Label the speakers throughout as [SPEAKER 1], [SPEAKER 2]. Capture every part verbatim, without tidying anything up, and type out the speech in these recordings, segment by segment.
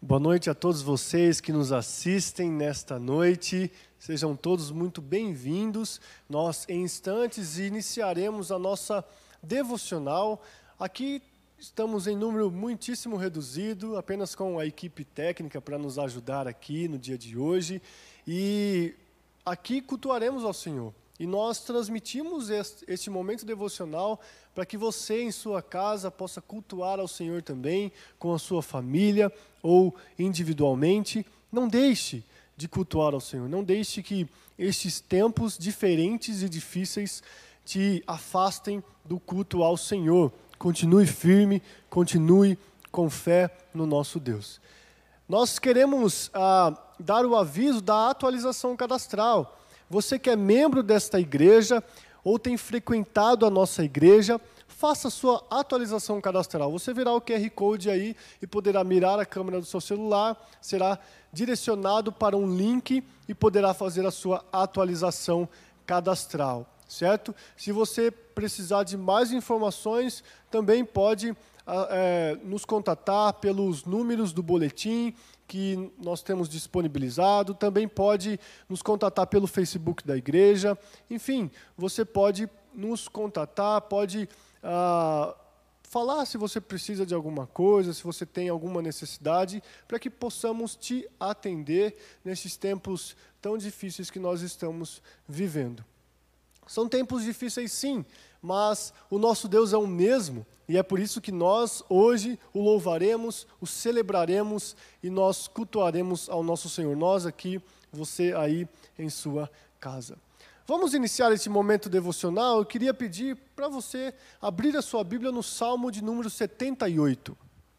[SPEAKER 1] Boa noite a todos vocês que nos assistem nesta noite. Sejam todos muito bem-vindos. Nós, em instantes, iniciaremos a nossa devocional. Aqui estamos em número muitíssimo reduzido, apenas com a equipe técnica para nos ajudar aqui no dia de hoje. E aqui cultuaremos ao Senhor. E nós transmitimos este, este momento devocional para que você, em sua casa, possa cultuar ao Senhor também, com a sua família ou individualmente. Não deixe de cultuar ao Senhor. Não deixe que estes tempos diferentes e difíceis te afastem do culto ao Senhor. Continue firme, continue com fé no nosso Deus. Nós queremos ah, dar o aviso da atualização cadastral. Você que é membro desta igreja ou tem frequentado a nossa igreja, faça a sua atualização cadastral. Você verá o Q R Code aí e poderá mirar a câmera do seu celular, será direcionado para um link e poderá fazer a sua atualização cadastral, certo? Se você precisar de mais informações, também pode é, nos contatar pelos números do boletim que nós temos disponibilizado, também pode nos contatar pelo Facebook da igreja, enfim, você pode nos contatar, pode ah, falar se você precisa de alguma coisa, se você tem alguma necessidade, para que possamos te atender nesses tempos tão difíceis que nós estamos vivendo. São tempos difíceis sim, mas o nosso Deus é o mesmo, e é por isso que nós hoje o louvaremos, o celebraremos e nós cultuaremos ao nosso Senhor. Nós aqui, você aí em sua casa. Vamos iniciar esse momento devocional. Eu queria pedir para você abrir a sua Bíblia no Salmo de número setenta e oito.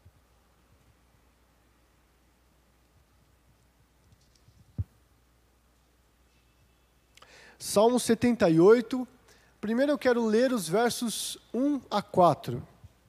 [SPEAKER 1] Salmo setenta e oito. Primeiro eu quero ler os versos um a quatro.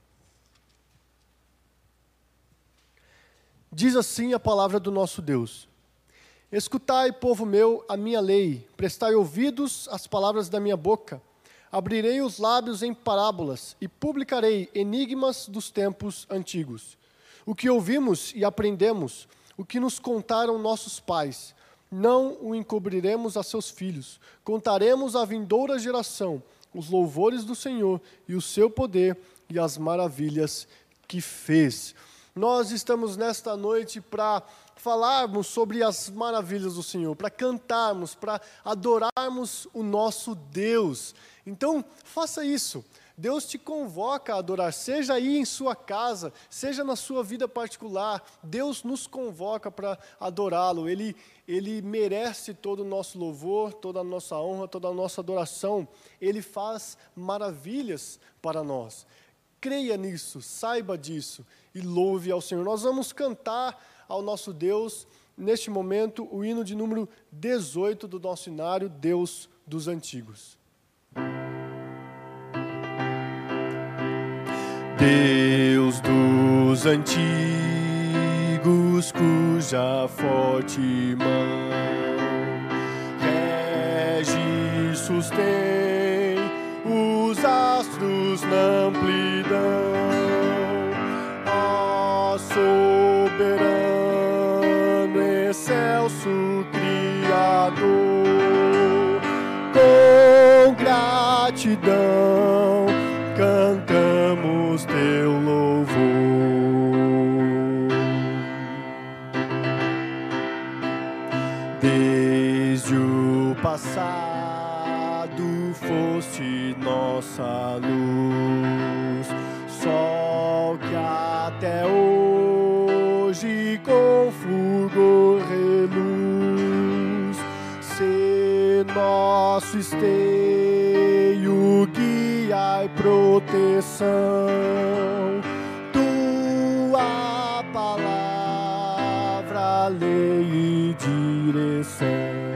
[SPEAKER 1] Diz assim a palavra do nosso Deus: Escutai, povo meu, a minha lei, prestai ouvidos às palavras da minha boca. Abrirei os lábios em parábolas e publicarei enigmas dos tempos antigos. O que ouvimos e aprendemos, o que nos contaram nossos pais, não o encobriremos a seus filhos. Contaremos à vindoura geração os louvores do Senhor e o seu poder e as maravilhas que fez. Nós estamos nesta noite para falarmos sobre as maravilhas do Senhor, para cantarmos, para adorarmos o nosso Deus. Então, faça isso. Deus te convoca a adorar, seja aí em sua casa, seja na sua vida particular. Deus nos convoca para adorá-lo. Ele, ele merece todo o nosso louvor, toda a nossa honra, toda a nossa adoração. Ele faz maravilhas para nós. Creia nisso, saiba disso e louve ao Senhor. Nós vamos cantar ao nosso Deus, neste momento, o hino de número dezoito do nosso hinário, Deus dos Antigos. Deus dos antigos, cuja forte mão rege e sustém os astros na amplidão. Ó soberano, excelso Criador, com gratidão cantamos teu louvor. Desde o passado foste nossa luz, sol que até hoje com fulgor reluz. Sê nosso esteio, guia e proteção, tua palavra, lei e direção.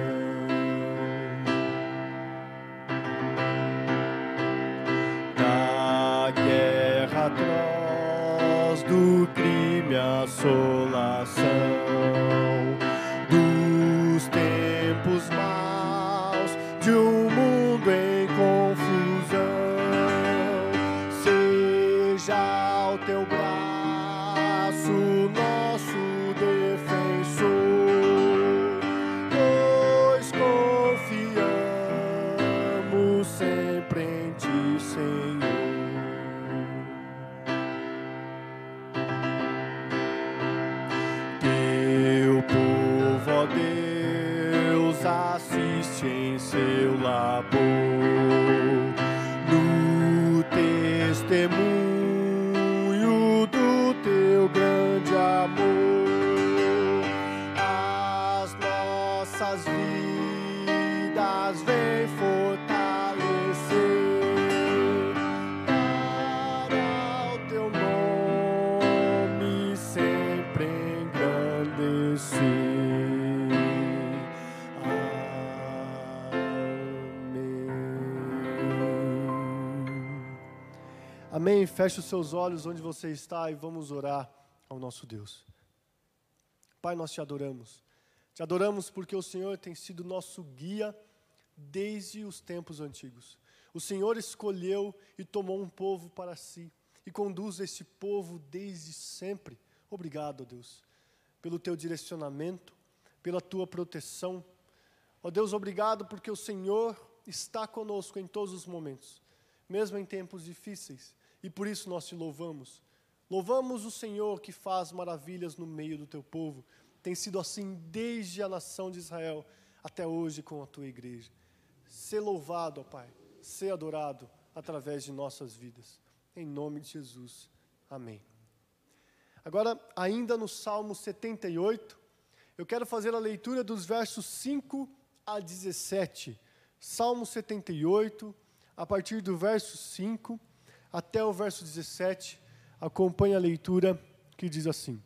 [SPEAKER 1] Da guerra atroz, do crime assolação, dos tempos maus, de um mundo em confusão, seja ao teu braço nosso Deus. Senhor. Teu povo, ó Deus, assiste em seu labor, no testemunho do teu grande amor. As nossas vidas vem fortalecer para o teu nome sempre engrandecer. Amém. Feche os seus olhos onde você está e vamos orar ao nosso Deus. Pai, nós te adoramos. Te adoramos porque o Senhor tem sido nosso guia desde os tempos antigos. O Senhor escolheu e tomou um povo para si e conduz esse povo desde sempre. Obrigado, ó Deus, pelo teu direcionamento, pela tua proteção. Ó Deus, obrigado porque o Senhor está conosco em todos os momentos, mesmo em tempos difíceis. E por isso nós te louvamos. Louvamos o Senhor que faz maravilhas no meio do teu povo. Tem sido assim desde a nação de Israel até hoje com a tua igreja. Ser louvado, ó Pai, ser adorado através de nossas vidas. Em nome de Jesus. Amém. Agora, ainda no Salmo setenta e oito, eu quero fazer a leitura dos versos cinco a dezessete. Salmo setenta e oito, a partir do verso cinco até o verso dezessete, acompanhe a leitura que diz assim: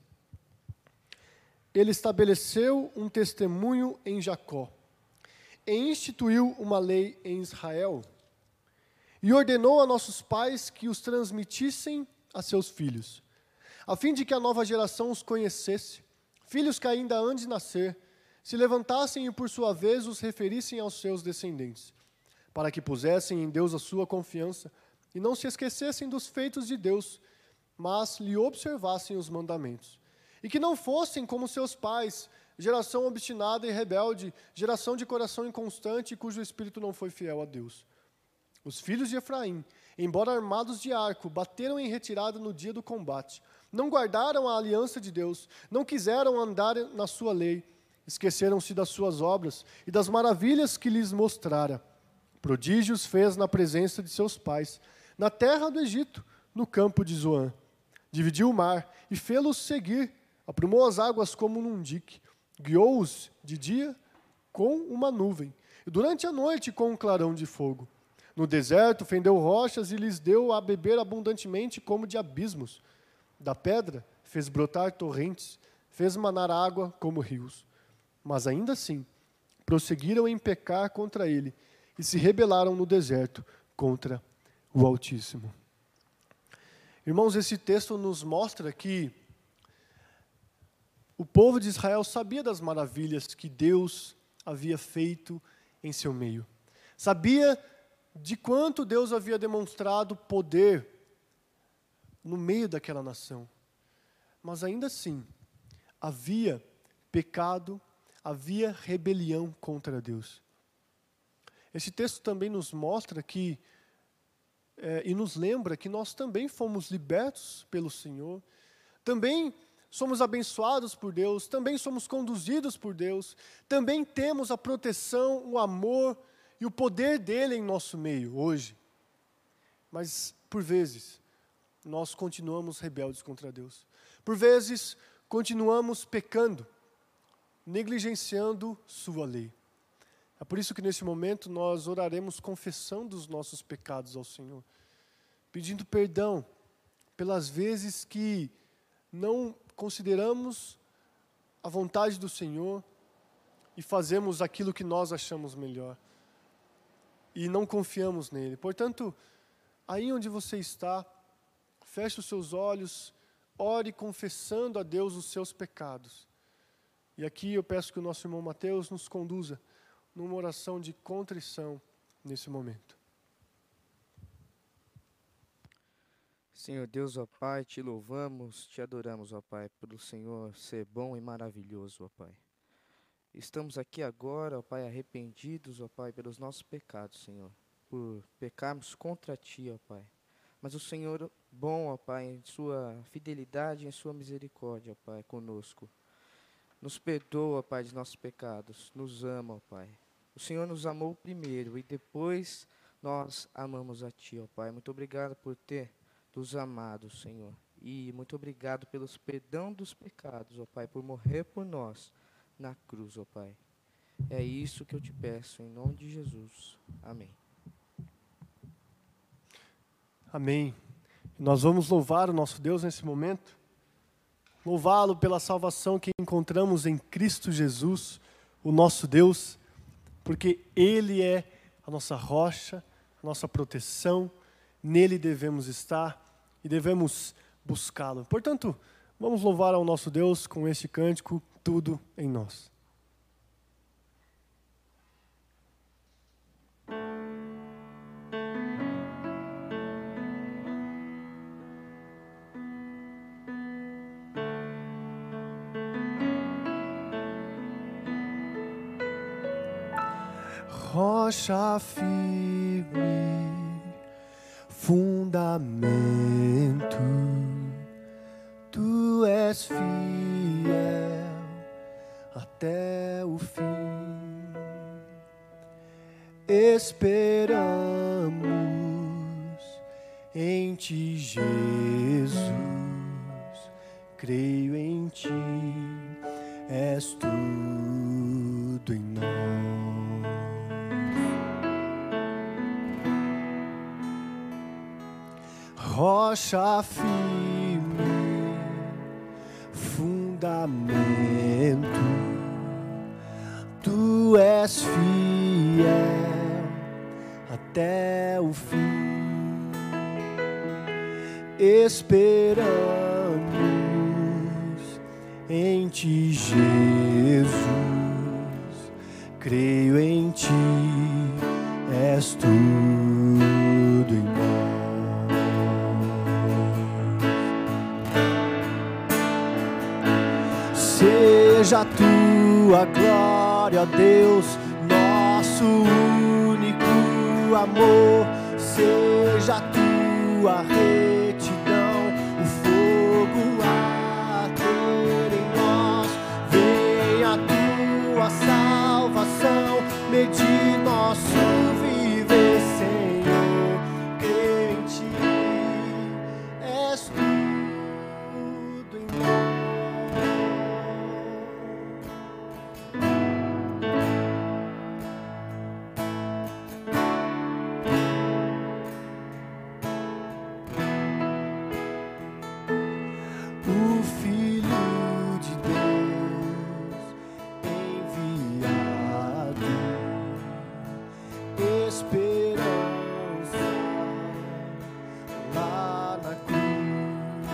[SPEAKER 1] Ele estabeleceu um testemunho em Jacó, e instituiu uma lei em Israel, e ordenou a nossos pais que os transmitissem a seus filhos, a fim de que a nova geração os conhecesse, filhos que ainda hão de nascer, se levantassem e por sua vez os referissem aos seus descendentes, para que pusessem em Deus a sua confiança, e não se esquecessem dos feitos de Deus, mas lhe observassem os mandamentos. E que não fossem como seus pais, geração obstinada e rebelde, geração de coração inconstante, cujo espírito não foi fiel a Deus. Os filhos de Efraim, embora armados de arco, bateram em retirada no dia do combate. Não guardaram a aliança de Deus, não quiseram andar na sua lei, esqueceram-se das suas obras e das maravilhas que lhes mostrara. Prodígios fez na presença de seus pais, na terra do Egito, no campo de Zoã. Dividiu o mar e fê-los seguir, aprumou as águas como num dique, guiou-os de dia com uma nuvem, e durante a noite com um clarão de fogo. No deserto fendeu rochas e lhes deu a beber abundantemente como de abismos. Da pedra fez brotar torrentes, fez manar água como rios. Mas ainda assim, prosseguiram em pecar contra ele, e se rebelaram no deserto contra o Altíssimo. Irmãos, esse texto nos mostra que o povo de Israel sabia das maravilhas que Deus havia feito em seu meio. Sabia de quanto Deus havia demonstrado poder no meio daquela nação. Mas ainda assim, havia pecado, havia rebelião contra Deus. Esse texto também nos mostra que, é, e nos lembra que nós também fomos libertos pelo Senhor, também somos abençoados por Deus, também somos conduzidos por Deus, também temos a proteção, o amor e o poder dele em nosso meio hoje. Mas, por vezes, nós continuamos rebeldes contra Deus. Por vezes, continuamos pecando, negligenciando sua lei. É por isso que nesse momento nós oraremos confessando os nossos pecados ao Senhor, pedindo perdão pelas vezes que não consideramos a vontade do Senhor e fazemos aquilo que nós achamos melhor e não confiamos nele. Portanto, aí onde você está, feche os seus olhos, ore confessando a Deus os seus pecados. E aqui eu peço que o nosso irmão Mateus nos conduza numa oração de contrição nesse momento.
[SPEAKER 2] Senhor Deus, ó Pai, te louvamos, te adoramos, ó Pai, por o Senhor ser bom e maravilhoso, ó Pai. Estamos aqui agora, ó Pai, arrependidos, ó Pai, pelos nossos pecados, Senhor. por pecarmos contra Ti, ó Pai. Mas o Senhor, bom, ó Pai, em sua fidelidade e em sua misericórdia, ó Pai, conosco. Nos perdoa, ó Pai, dos nossos pecados. Nos ama, ó Pai. O Senhor nos amou primeiro e depois nós amamos a Ti, ó Pai. Muito obrigado por ter nos amado, Senhor. E muito obrigado pelos perdão dos pecados, ó Pai, por morrer por nós na cruz, ó Pai. É isso que eu te peço, em nome de Jesus. Amém.
[SPEAKER 1] Amém. Nós vamos louvar o nosso Deus nesse momento. Louvá-lo pela salvação que encontramos em Cristo Jesus, o nosso Deus, porque Ele é a nossa rocha, a nossa proteção, nele devemos estar e devemos buscá-lo. Portanto, vamos louvar ao nosso Deus com este cântico, Tudo em Nós. Rocha firme, fundamento, Tu és fiel até o fim. Esperamos em Ti, Jesus, creio em Ti, és tudo em nós. Rocha firme, fundamento, Tu és fiel até o fim. Esperamos em Ti, Jesus, creio em Ti, és tudo em nós. Seja a Tua glória, ó Deus, nosso único amor. Seja a Tua retidão, o fogo arder em nós. Venha a Tua salvação, medir nosso viver, Senhor. Creio em Ti, és tudo em nós. O Filho de Deus enviado, esperança lá na cruz.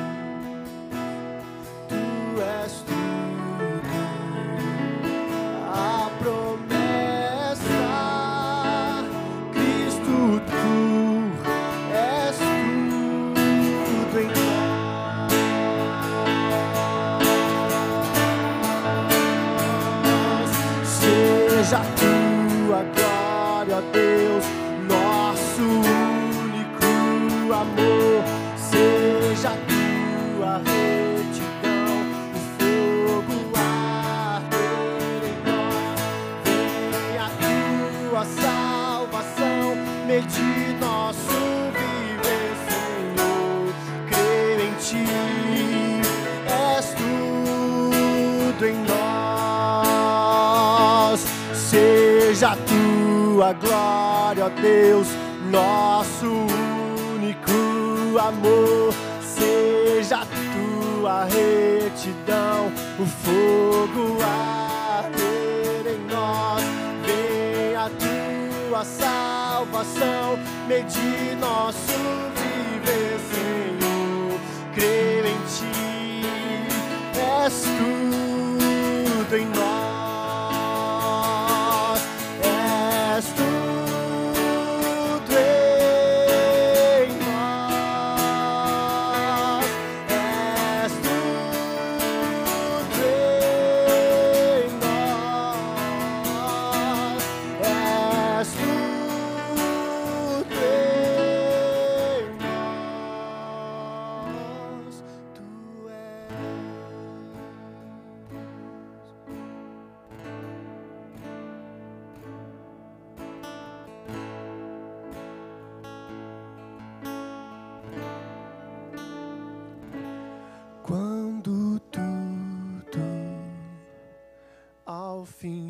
[SPEAKER 1] Tu és tudo, a promessa, Cristo, Tu és tudo em nós. Seja a Tua glória, ó Deus, nosso único amor. Seja a Tua retidão, o fogo arder em nós. Venha a Tua salvação, medir nosso viver, Senhor. Creio em Ti, és tudo em nós. Seja a Tua glória, ó Deus, nosso único amor. Seja a Tua retidão, o fogo arder em nós. Venha a Tua salvação, medir nosso viver, Senhor. Creio em Ti, és tudo em nós. És tudo em nós. És tudo em nós. És tudo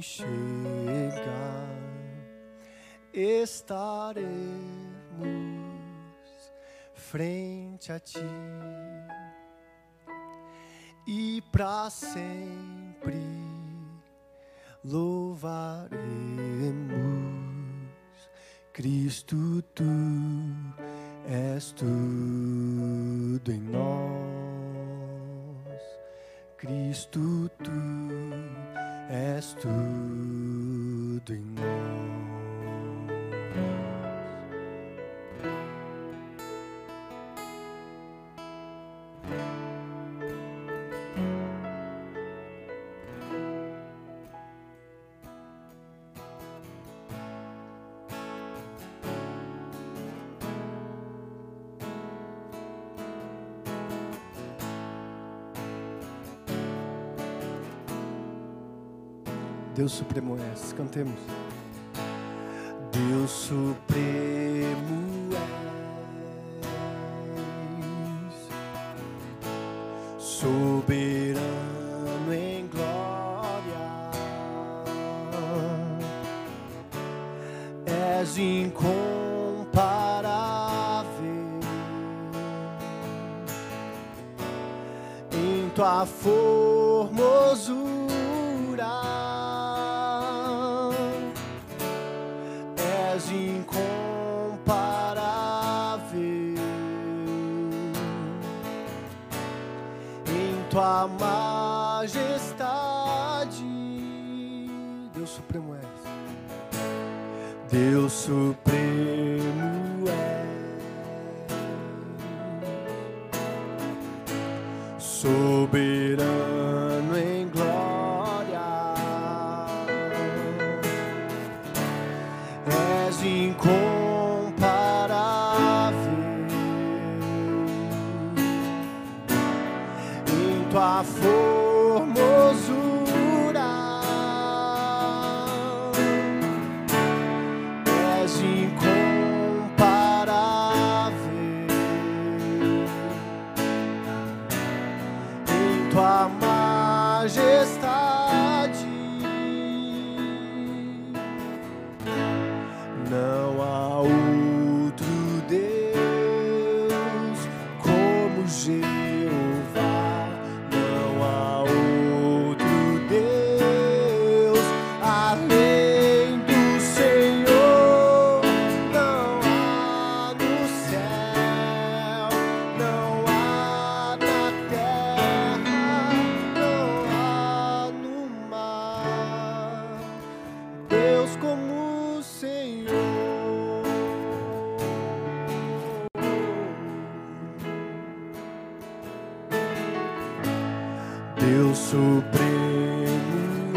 [SPEAKER 1] chegar, estaremos frente a ti e para sempre louvaremos Cristo. Tu és tudo em nós, Cristo, tu és tudo em nós. Deus Supremo és, cantemos. Deus Supremo és, soberano em glória, és incomparável em tua formosura. Incomparável em tua majestade, Deus Supremo és, Deus Supremo és, soberano em glória, és incomparável em tua formosura, és incomparável em tua majestade. Não há outro Deus como Jeová, não há outro Deus além do Senhor, não há no céu, não há na terra, não há no mar, Deus como o Senhor. Deus Supremo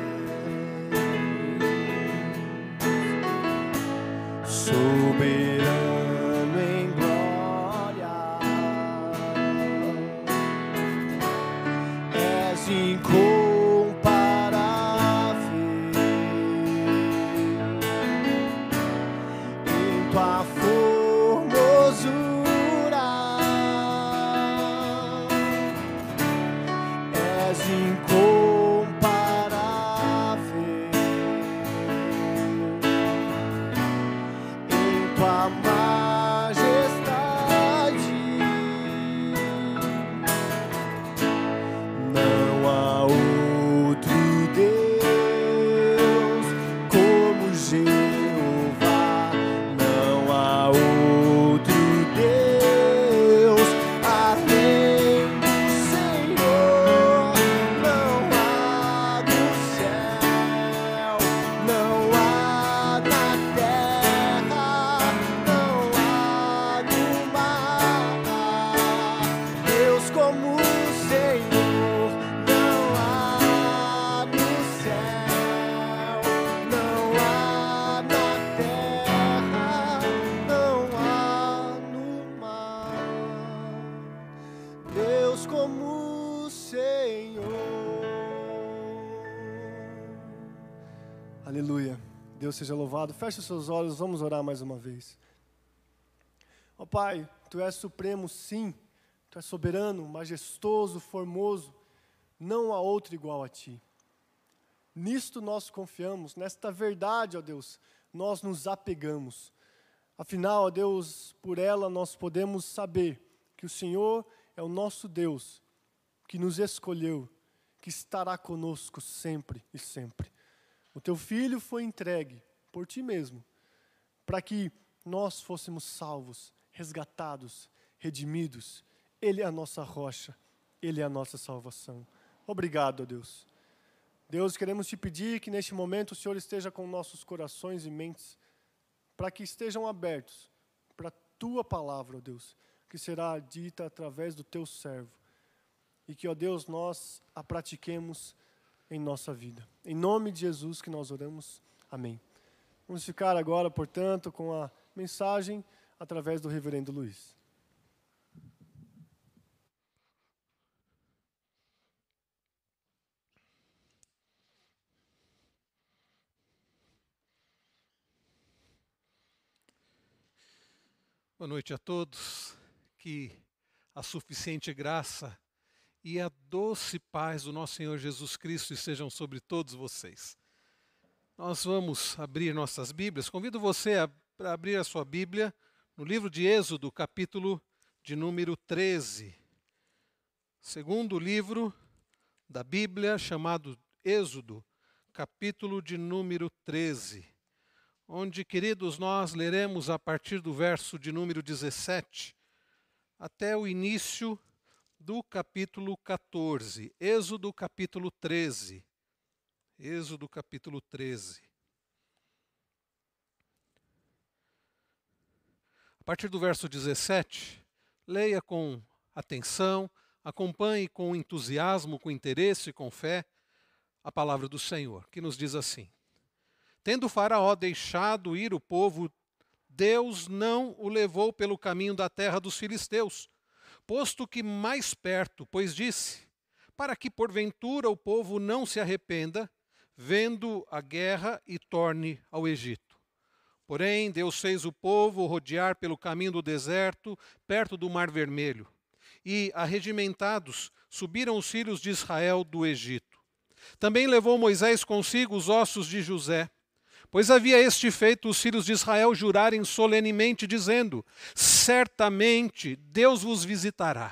[SPEAKER 1] é, soberano em glória, és incomparável em tua formosura, és incomparável em tua majestade. Não há outro Deus como Jeová, não há outro Deus além do Senhor, não há no céu, não há na terra, não há no mar, Deus como o Senhor, não há no céu, não há na terra, não há no mar, Deus como o Senhor. Aleluia. Deus seja louvado. Feche os seus olhos, vamos orar mais uma vez. Ó Pai, Tu és supremo, sim. Tu és soberano, majestoso, formoso. Não há outro igual a Ti. Nisto nós confiamos, nesta verdade, ó Deus, nós nos apegamos. Afinal, ó Deus, por ela nós podemos saber que o Senhor é o nosso Deus, que nos escolheu, que estará conosco sempre e sempre. O teu Filho foi entregue por ti mesmo, para que nós fôssemos salvos, resgatados, redimidos. Ele é a nossa rocha, Ele é a nossa salvação. Obrigado, ó Deus. Deus, queremos te pedir que neste momento o Senhor esteja com nossos corações e mentes, para que estejam abertos para a tua palavra, ó Deus, que será dita através do teu servo. E que, ó Deus, nós a pratiquemos em nossa vida. Em nome de Jesus que nós oramos. Amém. Vamos ficar agora, portanto, com a mensagem através do reverendo Luiz.
[SPEAKER 3] Boa noite a todos, que a suficiente graça e a doce paz do nosso Senhor Jesus Cristo estejam sobre todos vocês. Nós vamos abrir nossas Bíblias. Convido você a, a abrir a sua Bíblia no livro de Êxodo, capítulo de número treze. Segundo livro da Bíblia, chamado Êxodo, capítulo de número treze. Onde, queridos, nós leremos a partir do verso de número dezessete até o início do capítulo quatorze. Êxodo capítulo treze. Êxodo capítulo treze. A partir do verso dezessete, leia com atenção, acompanhe com entusiasmo, com interesse e com fé a palavra do Senhor, que nos diz assim: Tendo Faraó deixado ir o povo, Deus não o levou pelo caminho da terra dos filisteus, posto que mais perto, pois disse, para que porventura o povo não se arrependa, vendo a guerra e torne ao Egito. Porém, Deus fez o povo rodear pelo caminho do deserto, perto do Mar Vermelho, e, arregimentados, subiram os filhos de Israel do Egito. Também levou Moisés consigo os ossos de José, pois havia este feito os filhos de Israel jurarem solenemente, dizendo, certamente Deus vos visitará.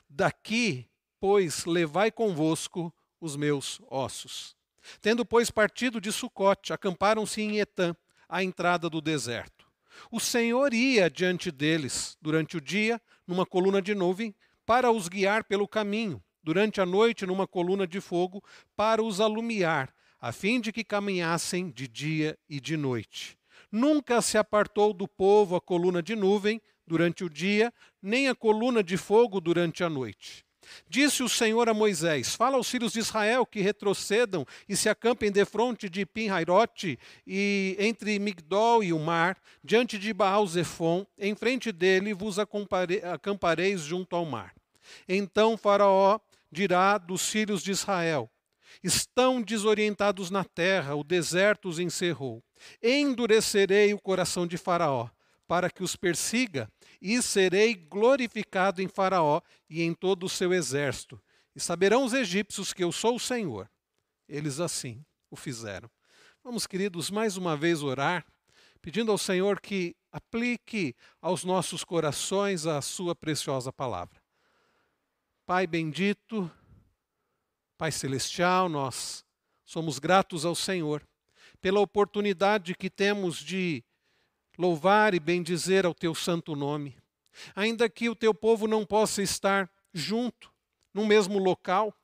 [SPEAKER 3] Daqui, pois, levai convosco os meus ossos. Tendo, pois, partido de Sucote, acamparam-se em Etã, à entrada do deserto. O Senhor ia diante deles, durante o dia, numa coluna de nuvem, para os guiar pelo caminho, durante a noite, numa coluna de fogo, para os alumiar, a fim de que caminhassem de dia e de noite. Nunca se apartou do povo a coluna de nuvem durante o dia, nem a coluna de fogo durante a noite. Disse o Senhor a Moisés, fala aos filhos de Israel que retrocedam e se acampem defronte de Pinhairote e entre Migdol e o mar, diante de Baal-Zefon, em frente dele vos acampareis junto ao mar. Então Faraó dirá dos filhos de Israel, estão desorientados na terra, o deserto os encerrou. Endurecerei o coração de Faraó, para que os persiga, e serei glorificado em Faraó e em todo o seu exército. E saberão os egípcios que eu sou o Senhor. Eles assim o fizeram. Vamos, queridos, mais uma vez orar, pedindo ao Senhor que aplique aos nossos corações a sua preciosa palavra. Pai bendito, Pai celestial, nós somos gratos ao Senhor pela oportunidade que temos de louvar e bendizer ao teu santo nome. Ainda que o teu povo não possa estar junto, no mesmo local,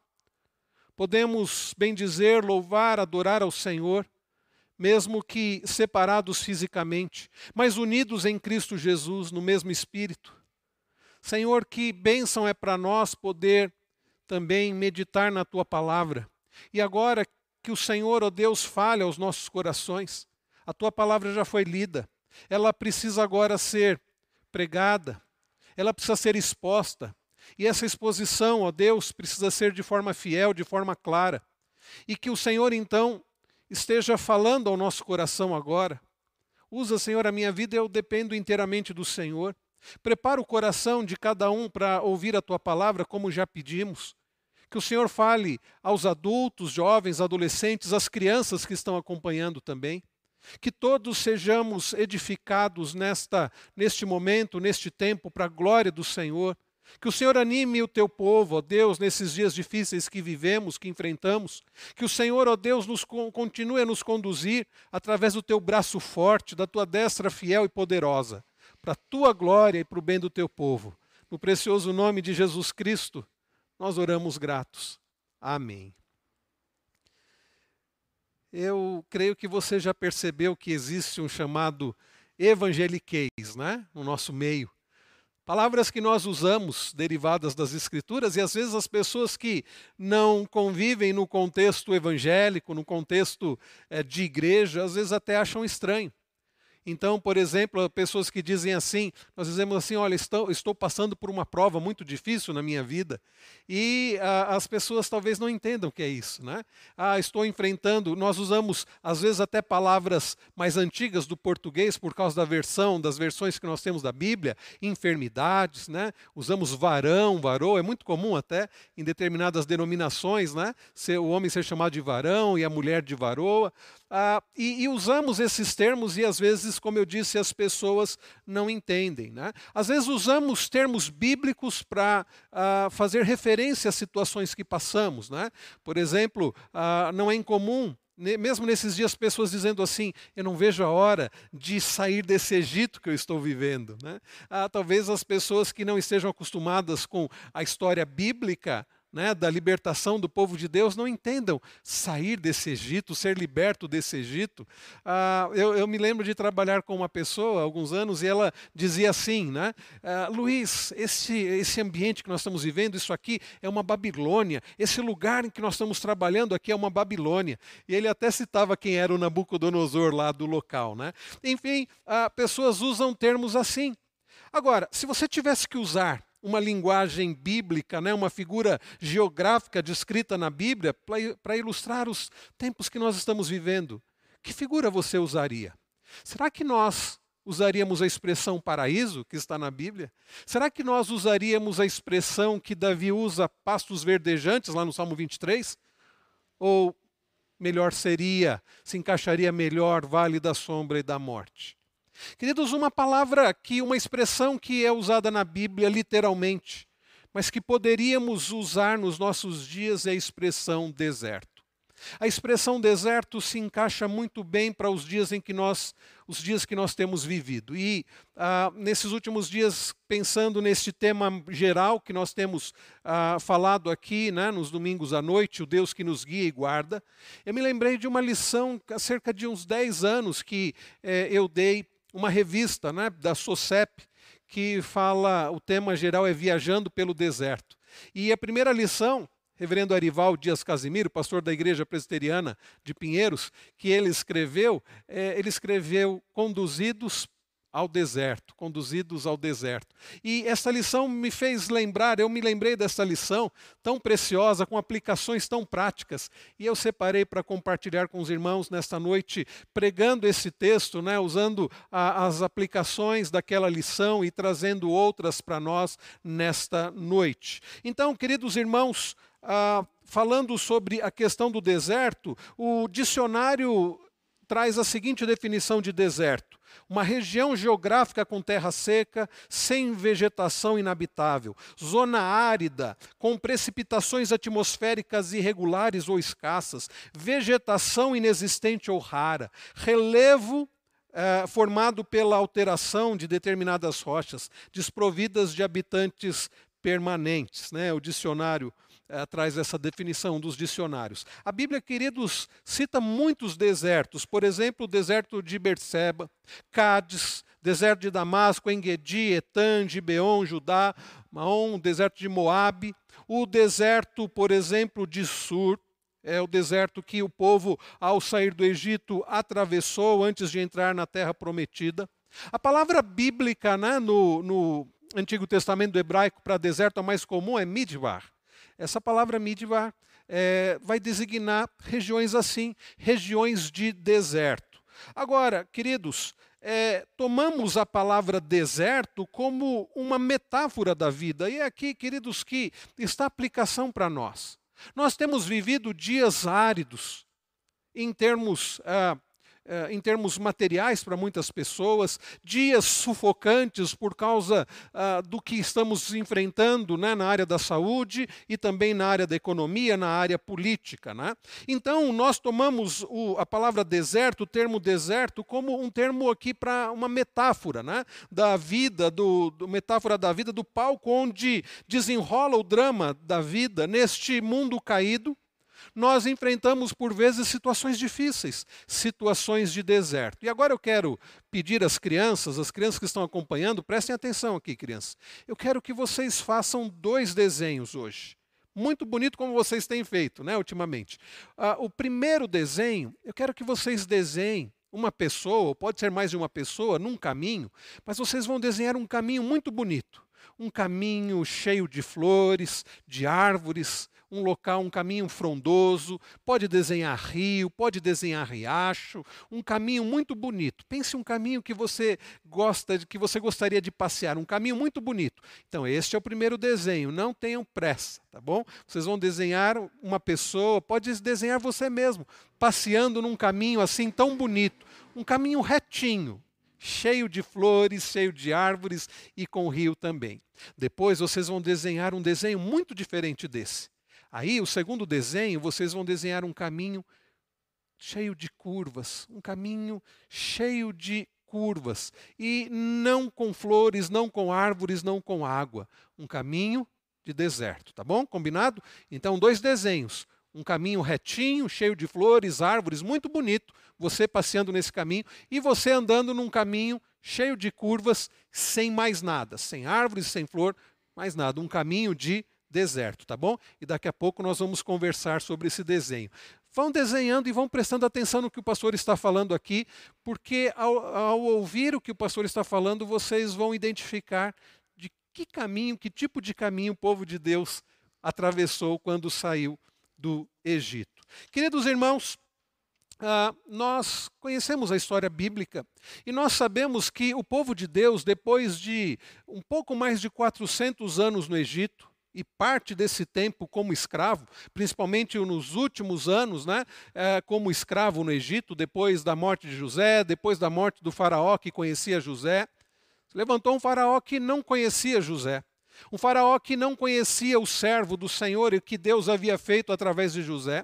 [SPEAKER 3] podemos bendizer, louvar, adorar ao Senhor, mesmo que separados fisicamente, mas unidos em Cristo Jesus, no mesmo Espírito. Senhor, que bênção é para nós poder também meditar na tua palavra. E agora que o Senhor, ó Deus, fale aos nossos corações. A tua palavra já foi lida. Ela precisa agora ser pregada. Ela precisa ser exposta. E essa exposição, ó Deus, precisa ser de forma fiel, de forma clara. E que o Senhor, então, esteja falando ao nosso coração agora. Usa, Senhor, a minha vida, eu dependo inteiramente do Senhor. Prepara o coração de cada um para ouvir a tua palavra, como já pedimos. Que o Senhor fale aos adultos, jovens, adolescentes, às crianças que estão acompanhando também. Que todos sejamos edificados nesta, neste momento, neste tempo, para a glória do Senhor. Que o Senhor anime o teu povo, ó Deus, nesses dias difíceis que vivemos, que enfrentamos. Que o Senhor, ó Deus, nos continue a nos conduzir através do teu braço forte, da tua destra fiel e poderosa, para a tua glória e para o bem do teu povo. No precioso nome de Jesus Cristo, nós oramos gratos. Amém. Eu creio que você já percebeu que existe um chamado evangeliquez, né, no nosso meio. Palavras que nós usamos, derivadas das Escrituras, e às vezes as pessoas que não convivem no contexto evangélico, no contexto é, de igreja, às vezes até acham estranho. Então, por exemplo, pessoas que dizem assim, nós dizemos assim, olha, estou, estou passando por uma prova muito difícil na minha vida, e ah, as pessoas talvez não entendam o que é isso, né? Ah, estou enfrentando, nós usamos às vezes até palavras mais antigas do português, por causa da versão, das versões que nós temos da Bíblia, enfermidades, né? Usamos varão, varoa, é muito comum até em determinadas denominações, né? Ser, o homem ser chamado de varão e a mulher de varoa. Ah, e, e usamos esses termos e às vezes, como eu disse, as pessoas não entendem, né? Às vezes usamos termos bíblicos para ah, fazer referência às situações que passamos, né? Por exemplo, ah, não é incomum, mesmo nesses dias, pessoas dizendo assim, eu não vejo a hora de sair desse Egito que eu estou vivendo, né? Ah, talvez as pessoas que não estejam acostumadas com a história bíblica, né, da libertação do povo de Deus, não entendam sair desse Egito, ser liberto desse Egito. Ah, eu, eu me lembro de trabalhar com uma pessoa há alguns anos e ela dizia assim, né, ah, Luiz, esse, esse ambiente que nós estamos vivendo, isso aqui é uma Babilônia, esse lugar em que nós estamos trabalhando aqui é uma Babilônia. E ele até citava quem era o Nabucodonosor lá do local, né? Enfim, ah, pessoas usam termos assim. Agora, se você tivesse que usar uma linguagem bíblica, né, uma figura geográfica descrita na Bíblia para ilustrar os tempos que nós estamos vivendo, que figura você usaria? Será que nós usaríamos a expressão paraíso, que está na Bíblia? Será que nós usaríamos a expressão que Davi usa, pastos verdejantes, lá no Salmo vinte e três? Ou melhor seria, se encaixaria melhor, vale da sombra e da morte? Queridos, uma palavra que, uma expressão que é usada na Bíblia literalmente, mas que poderíamos usar nos nossos dias é a expressão deserto. A expressão deserto se encaixa muito bem para os dias em que nós, os dias que nós temos vivido. E ah, nesses últimos dias, pensando neste tema geral que nós temos ah, falado aqui, né, nos domingos à noite, o Deus que nos guia e guarda, eu me lembrei de uma lição há cerca de uns dez anos que eh, eu dei, uma revista, né, da SOCEP, que fala, o tema geral é Viajando pelo Deserto. E a primeira lição, reverendo Arival Dias Casimiro, pastor da Igreja Presbiteriana de Pinheiros, que ele escreveu, é, ele escreveu Conduzidos ao Deserto, Conduzidos ao Deserto. E essa lição me fez lembrar, eu me lembrei dessa lição tão preciosa, com aplicações tão práticas, e eu separei para compartilhar com os irmãos nesta noite, pregando esse texto, né, usando a, as aplicações daquela lição e trazendo outras para nós nesta noite. Então, queridos irmãos, ah, falando sobre a questão do deserto, o dicionário traz a seguinte definição de deserto: uma região geográfica com terra seca, sem vegetação inabitável, zona árida, com precipitações atmosféricas irregulares ou escassas, vegetação inexistente ou rara, relevo eh, formado pela alteração de determinadas rochas, desprovidas de habitantes permanentes, né? O dicionário É, traz essa definição dos dicionários. A Bíblia, queridos, cita muitos desertos, por exemplo, o deserto de Berseba, Cádiz, deserto de Damasco, Engedi, Etan, Gibeon, Judá, Maom, o deserto de Moabe, o deserto, por exemplo, de Sur, é o deserto que o povo, ao sair do Egito, atravessou antes de entrar na terra prometida. A palavra bíblica, né, no, no Antigo Testamento do hebraico para deserto, a mais comum é midbar. Essa palavra midbar é, vai designar regiões assim, regiões de deserto. Agora, queridos, é, tomamos a palavra deserto como uma metáfora da vida. E é aqui, queridos, que está a aplicação para nós. Nós temos vivido dias áridos, em termos, ah, ah, em termos materiais para muitas pessoas, dias sufocantes por causa ah, do que estamos enfrentando, né, na área da saúde e também na área da economia, na área política. Né? Então, nós tomamos o, a palavra deserto, o termo deserto, como um termo aqui para uma metáfora, né, da vida, do, do, metáfora da vida, do palco onde desenrola o drama da vida neste mundo caído. Nós enfrentamos, por vezes, situações difíceis, situações de deserto. E agora eu quero pedir às crianças, as crianças que estão acompanhando, prestem atenção aqui, crianças. Eu quero que vocês façam dois desenhos hoje. Muito bonito como vocês têm feito, né, ultimamente. Ah, o primeiro desenho, eu quero que vocês desenhem uma pessoa, ou pode ser mais de uma pessoa, num caminho, mas vocês vão desenhar um caminho muito bonito. Um caminho cheio de flores, de árvores, um local, um caminho frondoso, pode desenhar rio, pode desenhar riacho, um caminho muito bonito. Pense um caminho que você gosta, que você gostaria de passear, um caminho muito bonito. Então, este é o primeiro desenho, não tenham pressa, tá bom? Vocês vão desenhar uma pessoa, pode desenhar você mesmo, passeando num caminho assim tão bonito, um caminho retinho, cheio de flores, cheio de árvores e com rio também. Depois vocês vão desenhar um desenho muito diferente desse. Aí, o segundo desenho, vocês vão desenhar um caminho cheio de curvas, um caminho cheio de curvas, e não com flores, não com árvores, não com água, um caminho de deserto, tá bom? Combinado? Então, dois desenhos, um caminho retinho, cheio de flores, árvores, muito bonito, você passeando nesse caminho, e você andando num caminho cheio de curvas, sem mais nada, sem árvores, sem flor, mais nada, um caminho de deserto, tá bom? E daqui a pouco nós vamos conversar sobre esse desenho. Vão desenhando e vão prestando atenção no que o pastor está falando aqui, porque ao, ao ouvir o que o pastor está falando, vocês vão identificar de que caminho, que tipo de caminho o povo de Deus atravessou quando saiu do Egito. Queridos irmãos, ah, nós conhecemos a história bíblica e nós sabemos que o povo de Deus, depois de um pouco mais de quatrocentos anos no Egito, e parte desse tempo como escravo, principalmente nos últimos anos, né, é, como escravo no Egito, depois da morte de José, depois da morte do faraó que conhecia José. Levantou um faraó que não conhecia José, um faraó que não conhecia o servo do Senhor e que Deus havia feito através de José.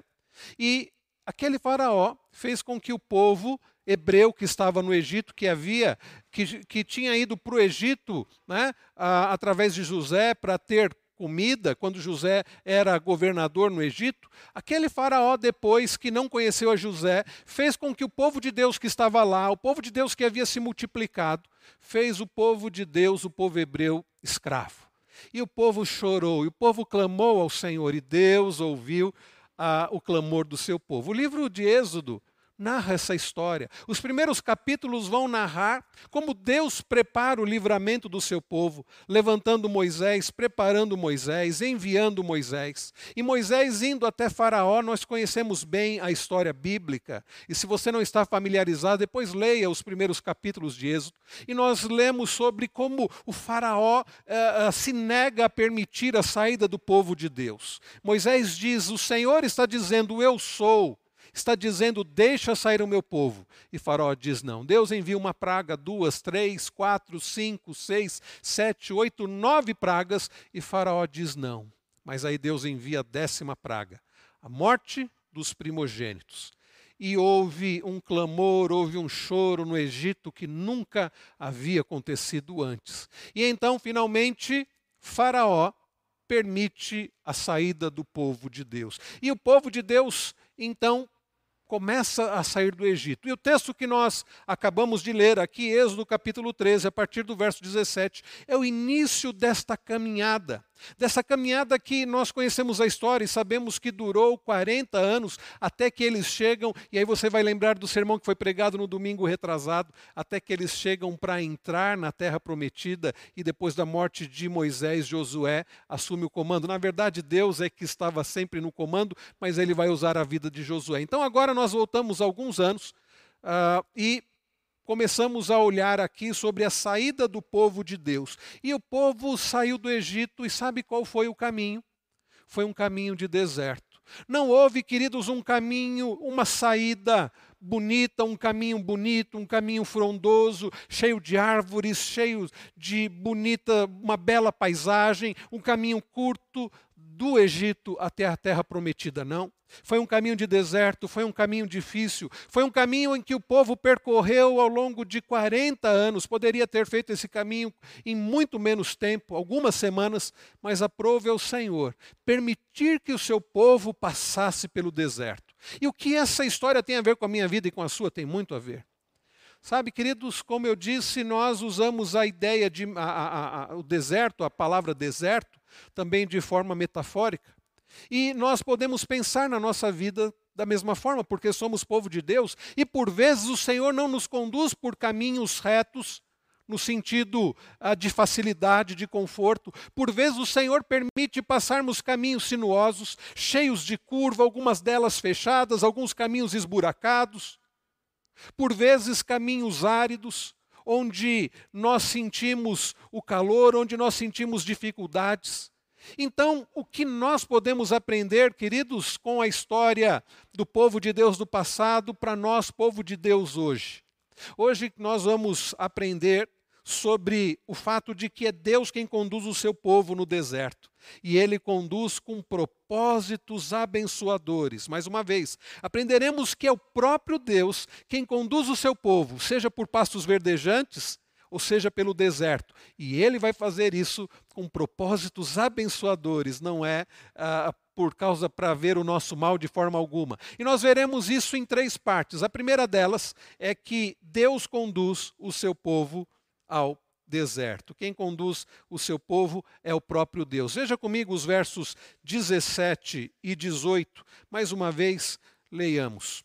[SPEAKER 3] E aquele faraó fez com que o povo hebreu que estava no Egito, que havia, que, que tinha ido para o Egito, né, a, através de José para ter comida, quando José era governador no Egito, aquele faraó depois que não conheceu a José, fez com que o povo de Deus que estava lá, o povo de Deus que havia se multiplicado, fez o povo de Deus, o povo hebreu, escravo. E o povo chorou, e o povo clamou ao Senhor, e Deus ouviu ah, o clamor do seu povo. O livro de Êxodo narra essa história. Os primeiros capítulos vão narrar como Deus prepara o livramento do seu povo, levantando Moisés, preparando Moisés, enviando Moisés. E Moisés indo até Faraó, nós conhecemos bem a história bíblica. E se você não está familiarizado, depois leia os primeiros capítulos de Êxodo. E nós lemos sobre como o Faraó eh, se nega a permitir a saída do povo de Deus. Moisés diz, o Senhor está dizendo, eu sou. Está dizendo, deixa sair o meu povo. E Faraó diz não. Deus envia uma praga, duas, três, quatro, cinco, seis, sete, oito, nove pragas. E Faraó diz não. Mas aí Deus envia a décima praga, a morte dos primogênitos. E houve um clamor, houve um choro no Egito que nunca havia acontecido antes. E então, finalmente, Faraó permite a saída do povo de Deus. E o povo de Deus, então, começa a sair do Egito. E o texto que nós acabamos de ler aqui, Êxodo capítulo treze, a partir do verso dezessete, é o início desta caminhada. Dessa caminhada que nós conhecemos a história e sabemos que durou quarenta anos até que eles chegam, e aí você vai lembrar do sermão que foi pregado no domingo retrasado, até que eles chegam para entrar na terra prometida e depois da morte de Moisés, Josué assume o comando. Na verdade, Deus é que estava sempre no comando, mas ele vai usar a vida de Josué. Então agora nós voltamos alguns anos uh, e começamos a olhar aqui sobre a saída do povo de Deus. E o povo saiu do Egito e sabe qual foi o caminho? Foi um caminho de deserto. Não houve, queridos, um caminho, uma saída bonita, um caminho bonito, um caminho frondoso, cheio de árvores, cheio de bonita, uma bela paisagem, um caminho curto do Egito até a terra prometida, não. Foi um caminho de deserto, foi um caminho difícil, foi um caminho em que o povo percorreu ao longo de quarenta anos. Poderia ter feito esse caminho em muito menos tempo, algumas semanas, mas aprove ao Senhor permitir que o seu povo passasse pelo deserto. E o que essa história tem a ver com a minha vida e com a sua? Tem muito a ver. Sabe, queridos, como eu disse, nós usamos a ideia de a, a, a, o deserto, a palavra deserto, também de forma metafórica. E nós podemos pensar na nossa vida da mesma forma, porque somos povo de Deus, e por vezes o Senhor não nos conduz por caminhos retos, no sentido ah, de facilidade, de conforto. Por vezes o Senhor permite passarmos caminhos sinuosos, cheios de curva, algumas delas fechadas, alguns caminhos esburacados. Por vezes caminhos áridos, onde nós sentimos o calor, onde nós sentimos dificuldades. Então, o que nós podemos aprender, queridos, com a história do povo de Deus do passado, para nós, povo de Deus hoje? Hoje nós vamos aprender sobre o fato de que é Deus quem conduz o seu povo no deserto. E Ele conduz com propósitos abençoadores. Mais uma vez, aprenderemos que é o próprio Deus quem conduz o seu povo, seja por pastos verdejantes, ou seja pelo deserto. E Ele vai fazer isso com propósitos abençoadores, não é ah, por causa para ver o nosso mal de forma alguma. E nós veremos isso em três partes. A primeira delas é que Deus conduz o seu povo ao deserto. Quem conduz o seu povo é o próprio Deus. Veja comigo os versos dezessete e dezoito. Mais uma vez, leiamos.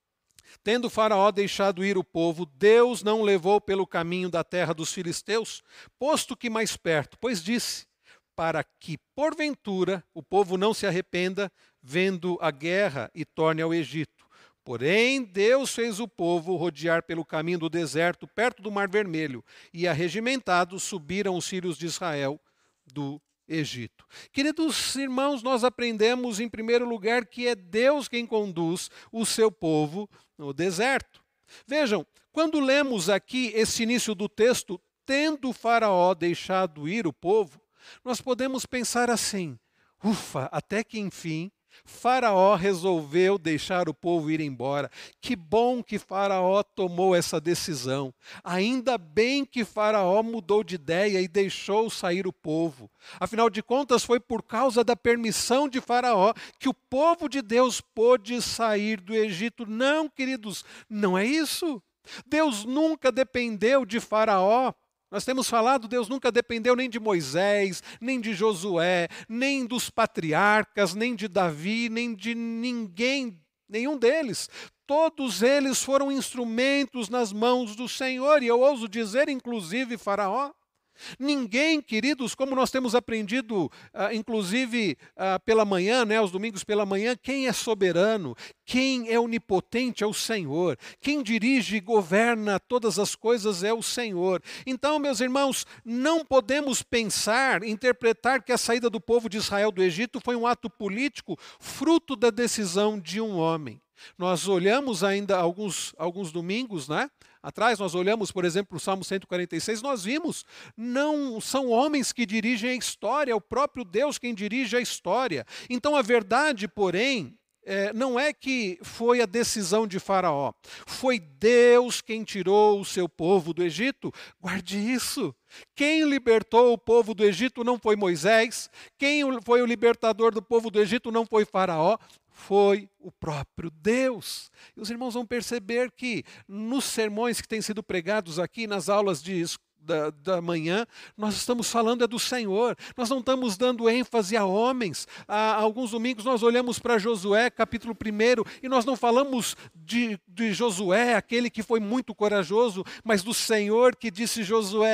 [SPEAKER 3] Tendo Faraó deixado ir o povo, Deus não levou pelo caminho da terra dos filisteus, posto que mais perto, pois disse, para que, porventura, o povo não se arrependa, vendo a guerra e torne ao Egito. Porém, Deus fez o povo rodear pelo caminho do deserto, perto do Mar Vermelho, e arregimentados subiram os filhos de Israel do Egito. Queridos irmãos, nós aprendemos em primeiro lugar que é Deus quem conduz o seu povo no deserto. Vejam, quando lemos aqui esse início do texto, tendo Faraó deixado ir o povo, nós podemos pensar assim, ufa, até que enfim Faraó resolveu deixar o povo ir embora. Que bom que Faraó tomou essa decisão. Ainda bem que Faraó mudou de ideia e deixou sair o povo. Afinal de contas, foi por causa da permissão de Faraó que o povo de Deus pôde sair do Egito. Não, queridos, não é isso. Deus nunca dependeu de Faraó. Nós temos falado, Deus nunca dependeu nem de Moisés, nem de Josué, nem dos patriarcas, nem de Davi, nem de ninguém, nenhum deles. Todos eles foram instrumentos nas mãos do Senhor, e eu ouso dizer, inclusive Faraó. Ninguém, queridos, como nós temos aprendido, uh, inclusive uh, pela manhã, né, aos domingos pela manhã, quem é soberano, quem é onipotente é o Senhor. Quem dirige e governa todas as coisas é o Senhor. Então, meus irmãos, não podemos pensar, interpretar que a saída do povo de Israel do Egito foi um ato político fruto da decisão de um homem. Nós olhamos ainda alguns, alguns domingos, né? Atrás, nós olhamos, por exemplo, o Salmo cento e quarenta e seis, nós vimos, não são homens que dirigem a história, é o próprio Deus quem dirige a história. Então, a verdade, porém, é, não é que foi a decisão de Faraó, foi Deus quem tirou o seu povo do Egito. Guarde isso. Quem libertou o povo do Egito não foi Moisés, quem foi o libertador do povo do Egito não foi Faraó, foi o próprio Deus. E os irmãos vão perceber que nos sermões que têm sido pregados aqui, nas aulas de Da, da manhã, nós estamos falando é do Senhor, nós não estamos dando ênfase a homens. Há alguns domingos nós olhamos para Josué, capítulo primeiro, e nós não falamos de, de Josué, aquele que foi muito corajoso, mas do Senhor que disse: Josué,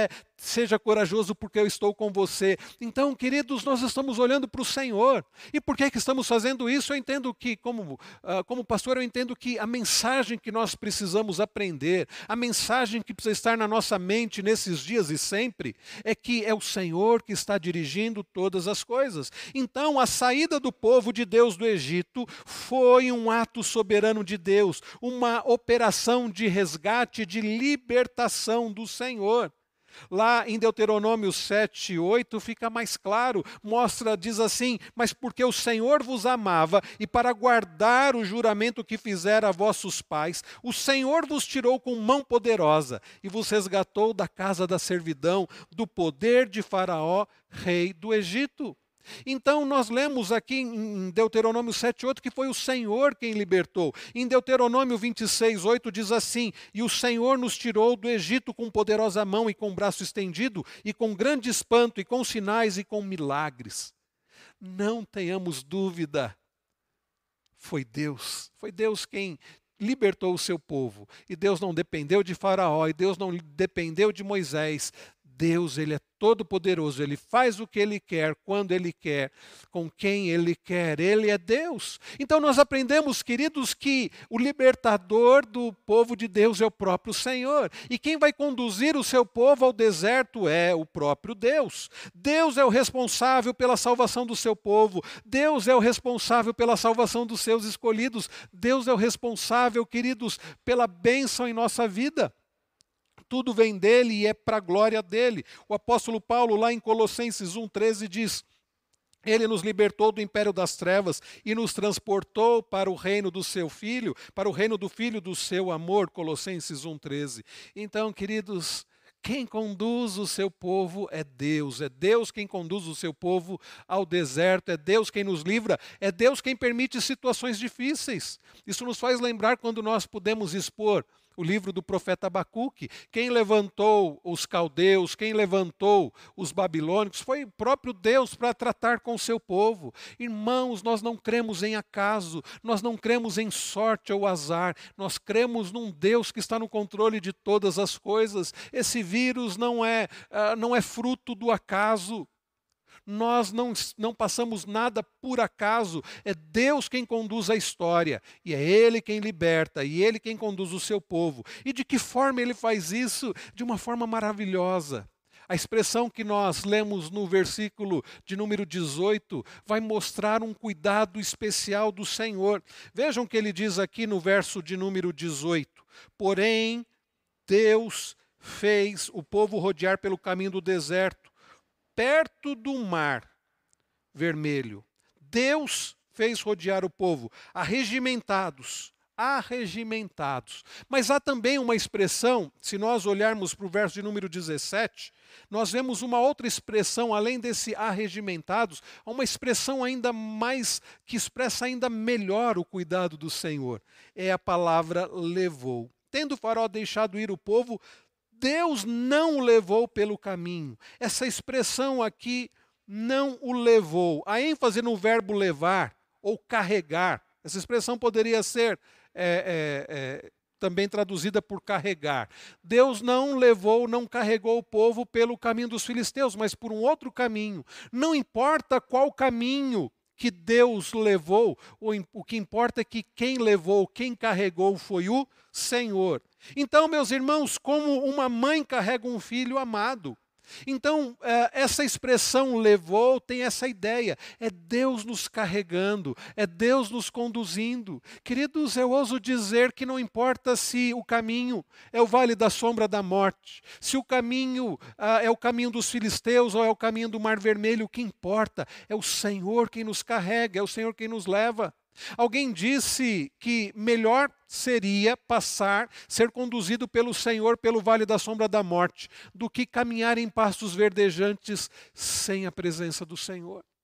[SPEAKER 3] seja corajoso porque eu estou com você. Então, queridos, nós estamos olhando para o Senhor. E por que que estamos fazendo isso? Eu entendo que, como, uh, como pastor, eu entendo que a mensagem que nós precisamos aprender, a mensagem que precisa estar na nossa mente nesses dias e sempre, é que é o Senhor que está dirigindo todas as coisas. Então, a saída do povo de Deus do Egito foi um ato soberano de Deus, uma operação de resgate, de libertação do Senhor. Lá em Deuteronômio sete, oito fica mais claro, mostra, diz assim: mas porque o Senhor vos amava e para guardar o juramento que fizera a vossos pais, o Senhor vos tirou com mão poderosa e vos resgatou da casa da servidão, do poder de Faraó, rei do Egito. Então nós lemos aqui em Deuteronômio sete, oito que foi o Senhor quem libertou. Em Deuteronômio vinte e seis, oito diz assim: e o Senhor nos tirou do Egito com poderosa mão e com braço estendido, e com grande espanto, e com sinais e com milagres. Não tenhamos dúvida, foi Deus, foi Deus quem libertou o seu povo. E Deus não dependeu de Faraó, e Deus não dependeu de Moisés. Deus, Ele é todo poderoso, Ele faz o que Ele quer, quando Ele quer, com quem Ele quer, Ele é Deus. Então nós aprendemos, queridos, que o libertador do povo de Deus é o próprio Senhor. E quem vai conduzir o seu povo ao deserto é o próprio Deus. Deus é o responsável pela salvação do seu povo. Deus é o responsável pela salvação dos seus escolhidos. Deus é o responsável, queridos, pela bênção em nossa vida. Tudo vem dele e é para a glória dele. O apóstolo Paulo, lá em Colossenses um, treze, diz: ele nos libertou do império das trevas e nos transportou para o reino do seu Filho, para o reino do Filho do seu amor. Colossenses um, treze. Então, queridos, quem conduz o seu povo é Deus. É Deus quem conduz o seu povo ao deserto. É Deus quem nos livra. É Deus quem permite situações difíceis. Isso nos faz lembrar quando nós pudemos expor o livro do profeta Abacuque. Quem levantou os caldeus, quem levantou os babilônicos, foi o próprio Deus para tratar com o seu povo. Irmãos, nós não cremos em acaso, nós não cremos em sorte ou azar, nós cremos num Deus que está no controle de todas as coisas. Esse vírus não é, uh, não é fruto do acaso. Nós não, não passamos nada por acaso, é Deus quem conduz a história, e é Ele quem liberta, e Ele quem conduz o seu povo. E de que forma Ele faz isso? De uma forma maravilhosa. A expressão que nós lemos no versículo de número dezoito vai mostrar um cuidado especial do Senhor. Vejam o que Ele diz aqui no verso de número dezoito. Porém, Deus fez o povo rodear pelo caminho do deserto, perto do mar vermelho. Deus fez rodear o povo, arregimentados, arregimentados. Mas há também uma expressão, se nós olharmos para o verso de número dezessete, nós vemos uma outra expressão, além desse arregimentados, há uma expressão ainda mais, que expressa ainda melhor o cuidado do Senhor. É a palavra levou. Tendo o Faraó deixado ir o povo, Deus não o levou pelo caminho. Essa expressão aqui, não o levou. A ênfase no verbo levar ou carregar. Essa expressão poderia ser é, é, é, também traduzida por carregar. Deus não levou, não carregou o povo pelo caminho dos filisteus, mas por um outro caminho. Não importa qual caminho que Deus levou, o que importa é que quem levou, quem carregou foi o Senhor. Então, meus irmãos, como uma mãe carrega um filho amado. Então, essa expressão levou tem essa ideia, é Deus nos carregando, é Deus nos conduzindo. Queridos, eu ouso dizer que não importa se o caminho é o vale da sombra da morte, se o caminho ah, é o caminho dos filisteus ou é o caminho do Mar Vermelho, o que importa é o Senhor quem nos carrega, é o Senhor quem nos leva. Alguém disse que melhor seria passar, ser conduzido pelo Senhor pelo vale da sombra da morte, do que caminhar em pastos verdejantes sem a presença do Senhor.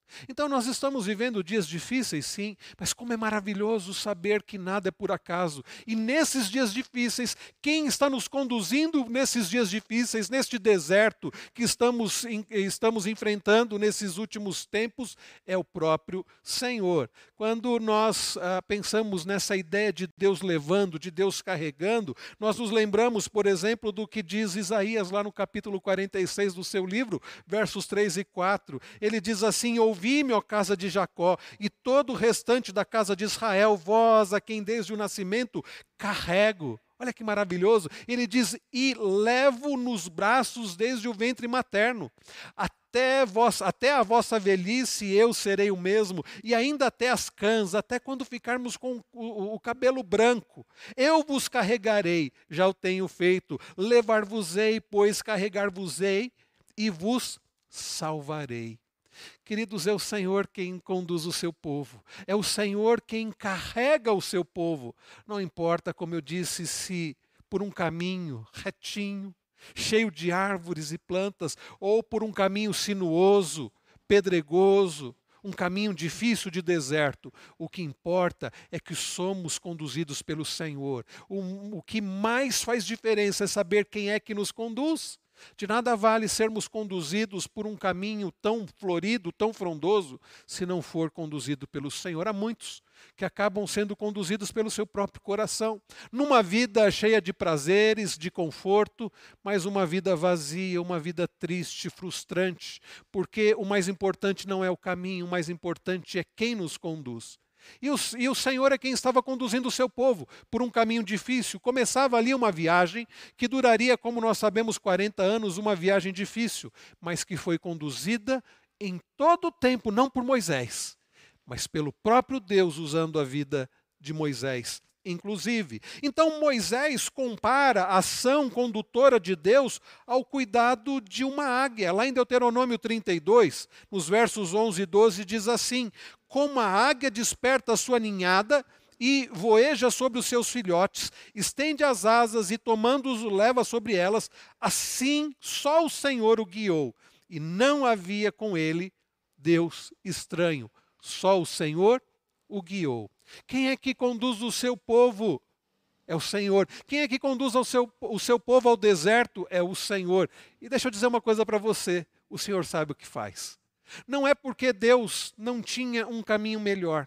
[SPEAKER 3] Então nós estamos vivendo dias difíceis, sim, mas como é maravilhoso saber que nada é por acaso. E nesses dias difíceis, quem está nos conduzindo nesses dias difíceis, neste deserto que estamos, estamos enfrentando nesses últimos tempos, é o próprio Senhor. Quando nós ah, pensamos nessa ideia de Deus levando, de Deus carregando, nós nos lembramos, por exemplo, do que diz Isaías lá no capítulo quarenta e seis do seu livro, versos três e quatro. Ele diz assim: ouvi-me, ó casa de Jacó, e todo o restante da casa de Israel, vós a quem desde o nascimento carrego. Olha que maravilhoso. Ele diz: e levo nos braços desde o ventre materno. Até, vos, até a vossa velhice eu serei o mesmo, e ainda até as cãs, até quando ficarmos com o, o, o cabelo branco. Eu vos carregarei, já o tenho feito. Levar-vos-ei, pois carregar-vos-ei, e vos salvarei. Queridos, é o Senhor quem conduz o seu povo. É o Senhor quem carrega o seu povo. Não importa, como eu disse, se por um caminho retinho, cheio de árvores e plantas, ou por um caminho sinuoso, pedregoso, um caminho difícil de deserto. O que importa é que somos conduzidos pelo Senhor. O, o que mais faz diferença é saber quem é que nos conduz. De nada vale sermos conduzidos por um caminho tão florido, tão frondoso, se não for conduzido pelo Senhor. Há muitos que acabam sendo conduzidos pelo seu próprio coração, numa vida cheia de prazeres, de conforto, mas uma vida vazia, uma vida triste, frustrante, porque o mais importante não é o caminho, o mais importante é quem nos conduz. E o, e o Senhor é quem estava conduzindo o seu povo por um caminho difícil. Começava ali uma viagem que duraria, como nós sabemos, quarenta anos, uma viagem difícil, mas que foi conduzida em todo o tempo, não por Moisés, mas pelo próprio Deus, usando a vida de Moisés, inclusive. Então Moisés compara a ação condutora de Deus ao cuidado de uma águia. Lá em Deuteronômio trinta e dois, nos versos onze e doze, diz assim: como a águia desperta a sua ninhada e voeja sobre os seus filhotes, estende as asas e tomando-os o leva sobre elas, assim só o Senhor o guiou, e não havia com ele Deus estranho, só o Senhor o guiou. Quem é que conduz o seu povo? É o Senhor. Quem é que conduz o seu, o seu povo ao deserto? É o Senhor. E deixa eu dizer uma coisa para você, o Senhor sabe o que faz. Não é porque Deus não tinha um caminho melhor.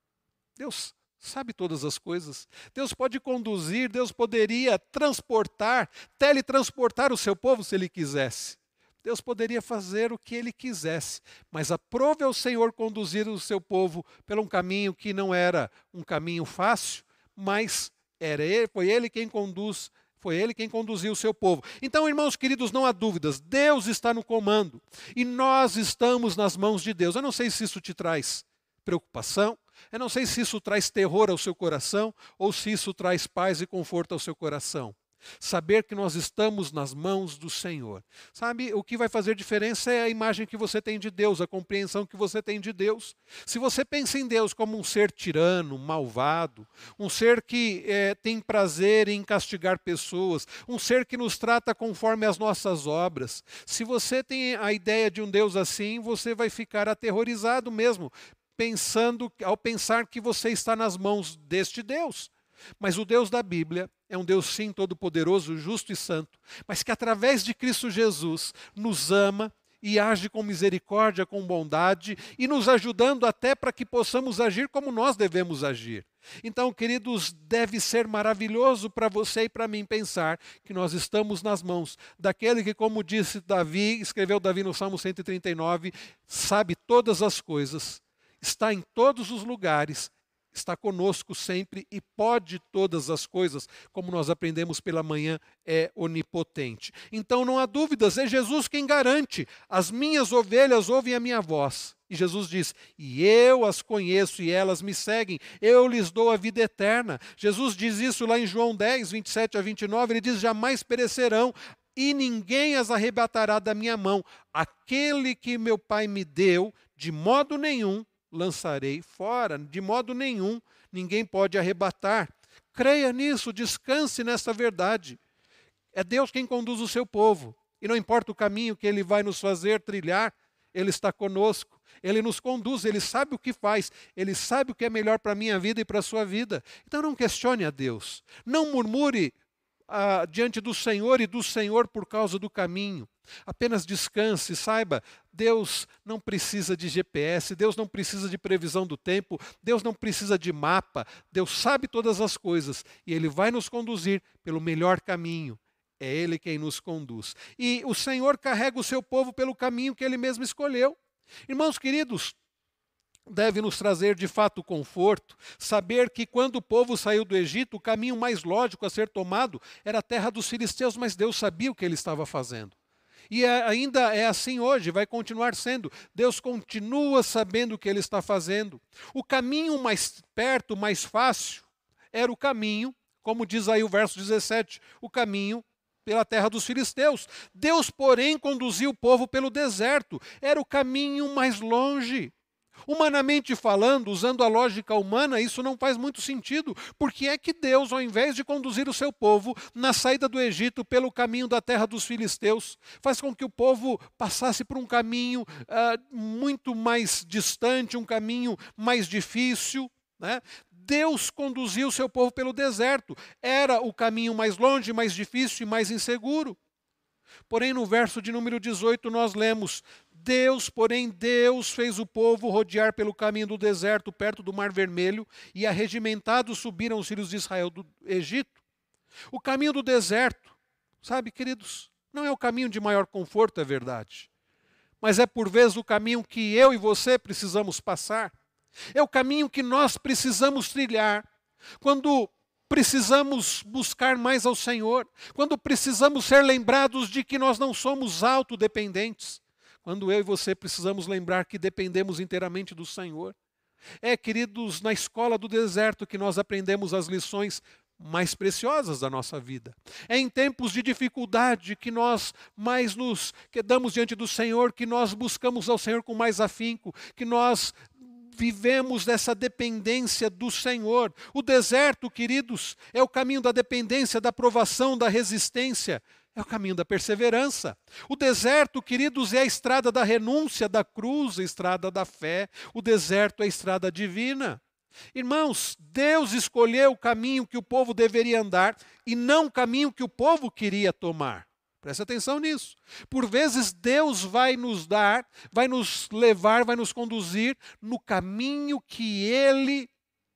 [SPEAKER 3] Deus sabe todas as coisas. Deus pode conduzir, Deus poderia transportar, teletransportar o seu povo se Ele quisesse. Deus poderia fazer o que Ele quisesse, mas aprove ao Senhor conduzir o seu povo por um caminho que não era um caminho fácil, mas era ele, foi Ele quem conduz, foi Ele quem conduziu o seu povo. Então, irmãos queridos, não há dúvidas, Deus está no comando e nós estamos nas mãos de Deus. Eu não sei se isso te traz preocupação, eu não sei se isso traz terror ao seu coração ou se isso traz paz e conforto ao seu coração. Saber que nós estamos nas mãos do Senhor. Sabe, o que vai fazer diferença é a imagem que você tem de Deus, a compreensão que você tem de Deus. Se você pensa em Deus como um ser tirano, malvado, um ser que é, tem prazer em castigar pessoas, um ser que nos trata conforme as nossas obras, se você tem a ideia de um Deus assim, você vai ficar aterrorizado mesmo, pensando, ao pensar que você está nas mãos deste Deus. Mas o Deus da Bíblia é um Deus sim todo-poderoso, justo e santo, mas que através de Cristo Jesus nos ama e age com misericórdia, com bondade e nos ajudando até para que possamos agir como nós devemos agir. Então, queridos, deve ser maravilhoso para você e para mim pensar que nós estamos nas mãos daquele que, como disse Davi, escreveu Davi no Salmo cento e trinta e nove, sabe todas as coisas, está em todos os lugares, está conosco sempre e pode todas as coisas, como nós aprendemos pela manhã, é onipotente. Então não há dúvidas, é Jesus quem garante. As minhas ovelhas ouvem a minha voz. E Jesus diz, e eu as conheço e elas me seguem, eu lhes dou a vida eterna. Jesus diz isso lá em João dez, vinte e sete a vinte e nove, ele diz, jamais perecerão e ninguém as arrebatará da minha mão. Aquele que meu Pai me deu, de modo nenhum, lançarei fora, de modo nenhum, ninguém pode arrebatar. Creia nisso, descanse nessa verdade. É Deus quem conduz o seu povo. E não importa o caminho que Ele vai nos fazer trilhar, Ele está conosco, Ele nos conduz, Ele sabe o que faz, Ele sabe o que é melhor para a minha vida e para a sua vida. Então não questione a Deus, não murmure ah, diante do Senhor e do Senhor por causa do caminho. Apenas descanse, saiba, Deus não precisa de G P S, Deus não precisa de previsão do tempo, Deus não precisa de mapa, Deus sabe todas as coisas e Ele vai nos conduzir pelo melhor caminho. É Ele quem nos conduz. E o Senhor carrega o seu povo pelo caminho que Ele mesmo escolheu. Irmãos queridos, deve nos trazer de fato conforto, saber que quando o povo saiu do Egito, o caminho mais lógico a ser tomado era a terra dos filisteus, mas Deus sabia o que Ele estava fazendo. E ainda é assim hoje, vai continuar sendo. Deus continua sabendo o que Ele está fazendo. O caminho mais perto, mais fácil, era o caminho, como diz aí o verso dezessete, o caminho pela terra dos filisteus. Deus, porém, conduziu o povo pelo deserto. Era o caminho mais longe. Humanamente falando, usando a lógica humana, isso não faz muito sentido. Porque é que Deus, ao invés de conduzir o seu povo na saída do Egito pelo caminho da terra dos filisteus, faz com que o povo passasse por um caminho uh, muito mais distante, um caminho mais difícil, né? Deus conduziu o seu povo pelo deserto. Era o caminho mais longe, mais difícil e mais inseguro. Porém, no verso de número dezoito, nós lemos: Deus, porém, Deus fez o povo rodear pelo caminho do deserto, perto do Mar Vermelho, e arregimentados subiram os filhos de Israel do Egito. O caminho do deserto, sabe, queridos, não é o caminho de maior conforto, é verdade. Mas é por vezes o caminho que eu e você precisamos passar. É o caminho que nós precisamos trilhar quando precisamos buscar mais ao Senhor, quando precisamos ser lembrados de que nós não somos autodependentes, quando eu e você precisamos lembrar que dependemos inteiramente do Senhor. É, queridos, na escola do deserto que nós aprendemos as lições mais preciosas da nossa vida. É em tempos de dificuldade que nós mais nos quedamos diante do Senhor, que nós buscamos ao Senhor com mais afinco, que nós vivemos dessa dependência do Senhor. O deserto, queridos, é o caminho da dependência, da provação, da resistência. É o caminho da perseverança. O deserto, queridos, é a estrada da renúncia, da cruz, a estrada da fé. O deserto é a estrada divina. Irmãos, Deus escolheu o caminho que o povo deveria andar e não o caminho que o povo queria tomar. Preste atenção nisso. Por vezes Deus vai nos dar, vai nos levar, vai nos conduzir no caminho que Ele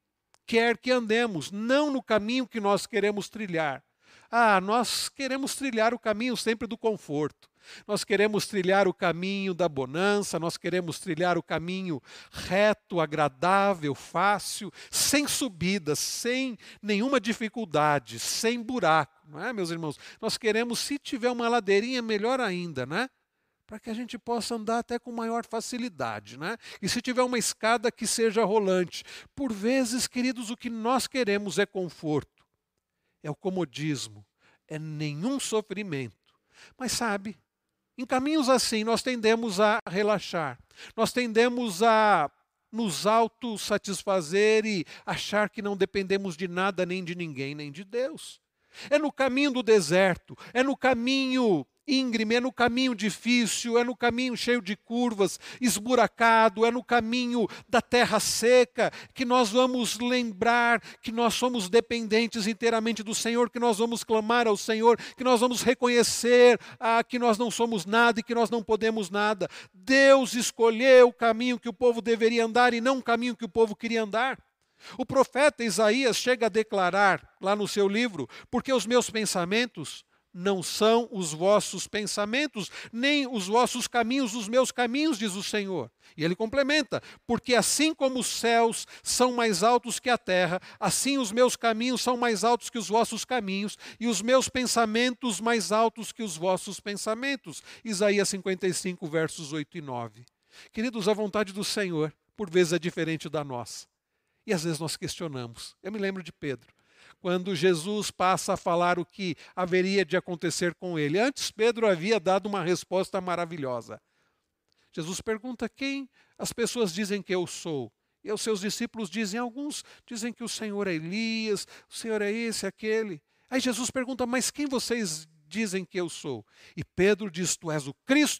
[SPEAKER 3] quer que andemos, não no caminho que nós queremos trilhar. Ah, nós queremos trilhar o caminho sempre do conforto. Nós queremos trilhar o caminho da bonança, nós queremos trilhar o caminho reto, agradável, fácil, sem subidas, sem nenhuma dificuldade, sem buraco, não é, meus irmãos? Nós queremos, se tiver uma ladeirinha, melhor ainda, né? Para que a gente possa andar até com maior facilidade, né? E se tiver uma escada que seja rolante. Por vezes, queridos, o que nós queremos é conforto, é o comodismo, é nenhum sofrimento. Mas sabe, em caminhos assim, nós tendemos a relaxar, nós tendemos a nos autossatisfazer e achar que não dependemos de nada, nem de ninguém, nem de Deus. É no caminho do deserto, é no caminho íngreme, é no caminho difícil, é no caminho cheio de curvas, esburacado, é no caminho da terra seca, que nós vamos lembrar que nós somos dependentes inteiramente do Senhor, que nós vamos clamar ao Senhor, que nós vamos reconhecer ah, que nós não somos nada e que nós não podemos nada. Deus escolheu o caminho que o povo deveria andar e não o caminho que o povo queria andar. O profeta Isaías chega a declarar lá no seu livro: porque os meus pensamentos não são os vossos pensamentos, nem os vossos caminhos os meus caminhos, diz o Senhor. E ele complementa: porque assim como os céus são mais altos que a terra, assim os meus caminhos são mais altos que os vossos caminhos, e os meus pensamentos mais altos que os vossos pensamentos. Isaías cinquenta e cinco, versos oito e nove. Queridos, a vontade do Senhor, por vezes, é diferente da nossa. E às vezes nós questionamos. Eu me lembro de Pedro, quando Jesus passa a falar o que haveria de acontecer com ele. Antes, Pedro havia dado uma resposta maravilhosa. Jesus pergunta: quem as pessoas dizem que eu sou? E os seus discípulos dizem, alguns dizem que o Senhor é Elias, o Senhor é esse, aquele. Aí Jesus pergunta: mas quem vocês dizem que eu sou? E Pedro diz: tu és o Cristo,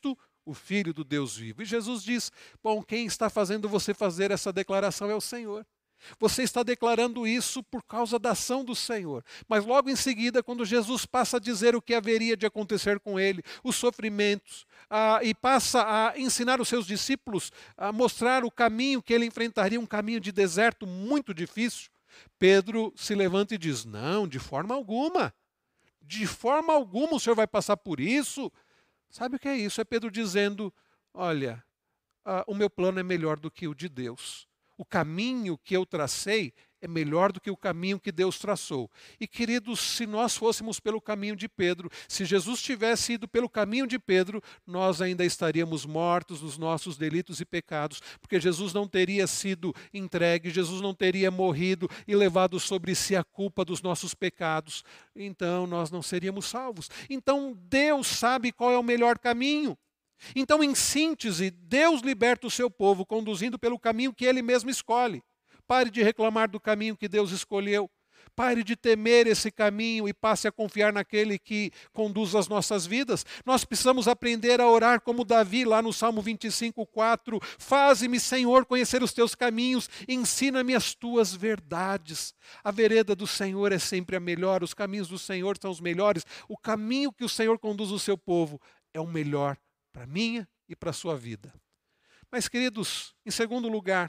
[SPEAKER 3] o Filho do Deus vivo. E Jesus diz, bom, quem está fazendo você fazer essa declaração é o Senhor. Você está declarando isso por causa da ação do Senhor. Mas logo em seguida, quando Jesus passa a dizer o que haveria de acontecer com ele, os sofrimentos, ah, e passa a ensinar os seus discípulos, a mostrar o caminho que ele enfrentaria, um caminho de deserto muito difícil, Pedro se levanta e diz, não, de forma alguma. De forma alguma o Senhor vai passar por isso. Sabe o que é isso? É Pedro dizendo, olha, ah, o meu plano é melhor do que o de Deus. O caminho que eu tracei é melhor do que o caminho que Deus traçou. E, queridos, se nós fôssemos pelo caminho de Pedro, se Jesus tivesse ido pelo caminho de Pedro, nós ainda estaríamos mortos nos nossos delitos e pecados, porque Jesus não teria sido entregue, Jesus não teria morrido e levado sobre si a culpa dos nossos pecados. Então, nós não seríamos salvos. Então, Deus sabe qual é o melhor caminho. Então, em síntese, Deus liberta o seu povo, conduzindo pelo caminho que Ele mesmo escolhe. Pare de reclamar do caminho que Deus escolheu. Pare de temer esse caminho e passe a confiar naquele que conduz as nossas vidas. Nós precisamos aprender a orar como Davi, lá no Salmo vinte e cinco, quatro. Faze-me, Senhor, conhecer os teus caminhos, ensina-me as tuas verdades. A vereda do Senhor é sempre a melhor, os caminhos do Senhor são os melhores. O caminho que o Senhor conduz o seu povo é o melhor para a minha e para a sua vida. Mas, queridos, em segundo lugar,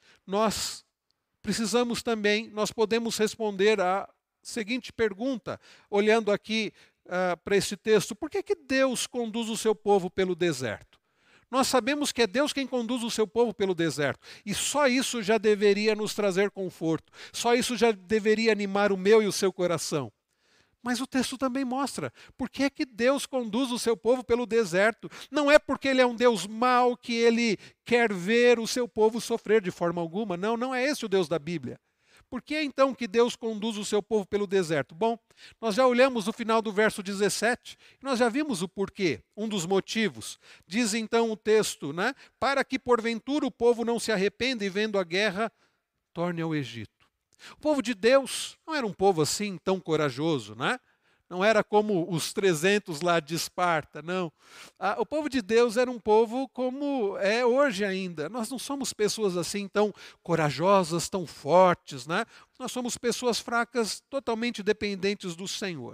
[SPEAKER 3] nós precisamos também, nós podemos responder à seguinte pergunta, olhando aqui uh, para esse texto: por que que Deus conduz o seu povo pelo deserto? Nós sabemos que é Deus quem conduz o seu povo pelo deserto, e só isso já deveria nos trazer conforto, só isso já deveria animar o meu e o seu coração. Mas o texto também mostra por que é que Deus conduz o seu povo pelo deserto. Não é porque Ele é um Deus mau que Ele quer ver o seu povo sofrer de forma alguma. Não, não é esse o Deus da Bíblia. Por que então que Deus conduz o seu povo pelo deserto? Bom, nós já olhamos no final do verso dezessete, e nós já vimos o porquê, um dos motivos. Diz então o texto, né? Para que porventura o povo não se arrependa e vendo a guerra, torne ao Egito. O povo de Deus não era um povo assim tão corajoso, né? Não era como os trezentos lá de Esparta, não. Ah, o povo de Deus era um povo como é hoje ainda. Nós não somos pessoas assim tão corajosas, tão fortes, né? Nós somos pessoas fracas, totalmente dependentes do Senhor.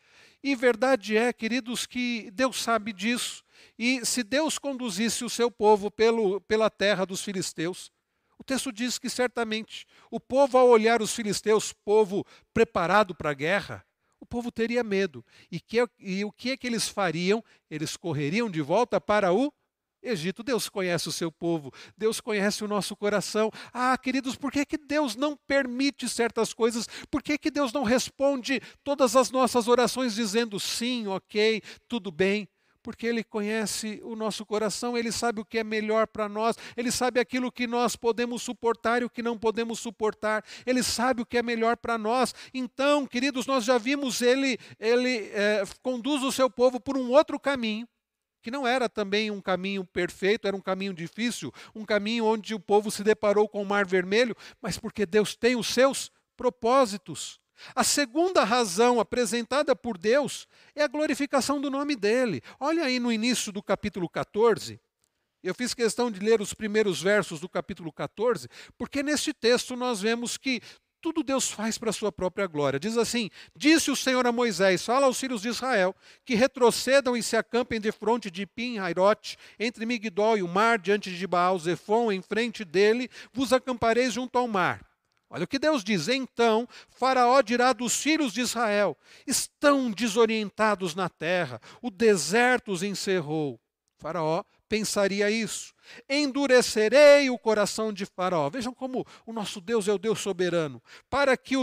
[SPEAKER 3] E verdade é, queridos, que Deus sabe disso. E se Deus conduzisse o seu povo pelo, pela terra dos filisteus, o texto diz que certamente o povo, ao olhar os filisteus, povo preparado para a guerra, o povo teria medo. E, que, e o que é que eles fariam? Eles correriam de volta para o Egito. Deus conhece o seu povo, Deus conhece o nosso coração. Ah, queridos, por que que Deus não permite certas coisas? Por que que Deus não responde todas as nossas orações dizendo sim, ok, tudo bem? Porque Ele conhece o nosso coração, Ele sabe o que é melhor para nós, Ele sabe aquilo que nós podemos suportar e o que não podemos suportar, Ele sabe o que é melhor para nós. Então, queridos, nós já vimos Ele, ele é, conduz o seu povo por um outro caminho, que não era também um caminho perfeito, era um caminho difícil, um caminho onde o povo se deparou com o Mar Vermelho, mas porque Deus tem os seus propósitos. A segunda razão apresentada por Deus é a glorificação do nome dEle. Olha aí no início do capítulo quatorze, eu fiz questão de ler os primeiros versos do capítulo quatorze, porque neste texto nós vemos que tudo Deus faz para a sua própria glória. Diz assim: disse o Senhor a Moisés, fala aos filhos de Israel, que retrocedam e se acampem defronte de Pim-Hairote, entre Migdol e o mar, diante de Baal-Zefon, em frente dele, vos acampareis junto ao mar. Olha o que Deus diz: então Faraó dirá dos filhos de Israel, estão desorientados na terra, o deserto os encerrou. Faraó pensaria isso. Endurecerei o coração de Faraó. Vejam como o nosso Deus é o Deus soberano, para que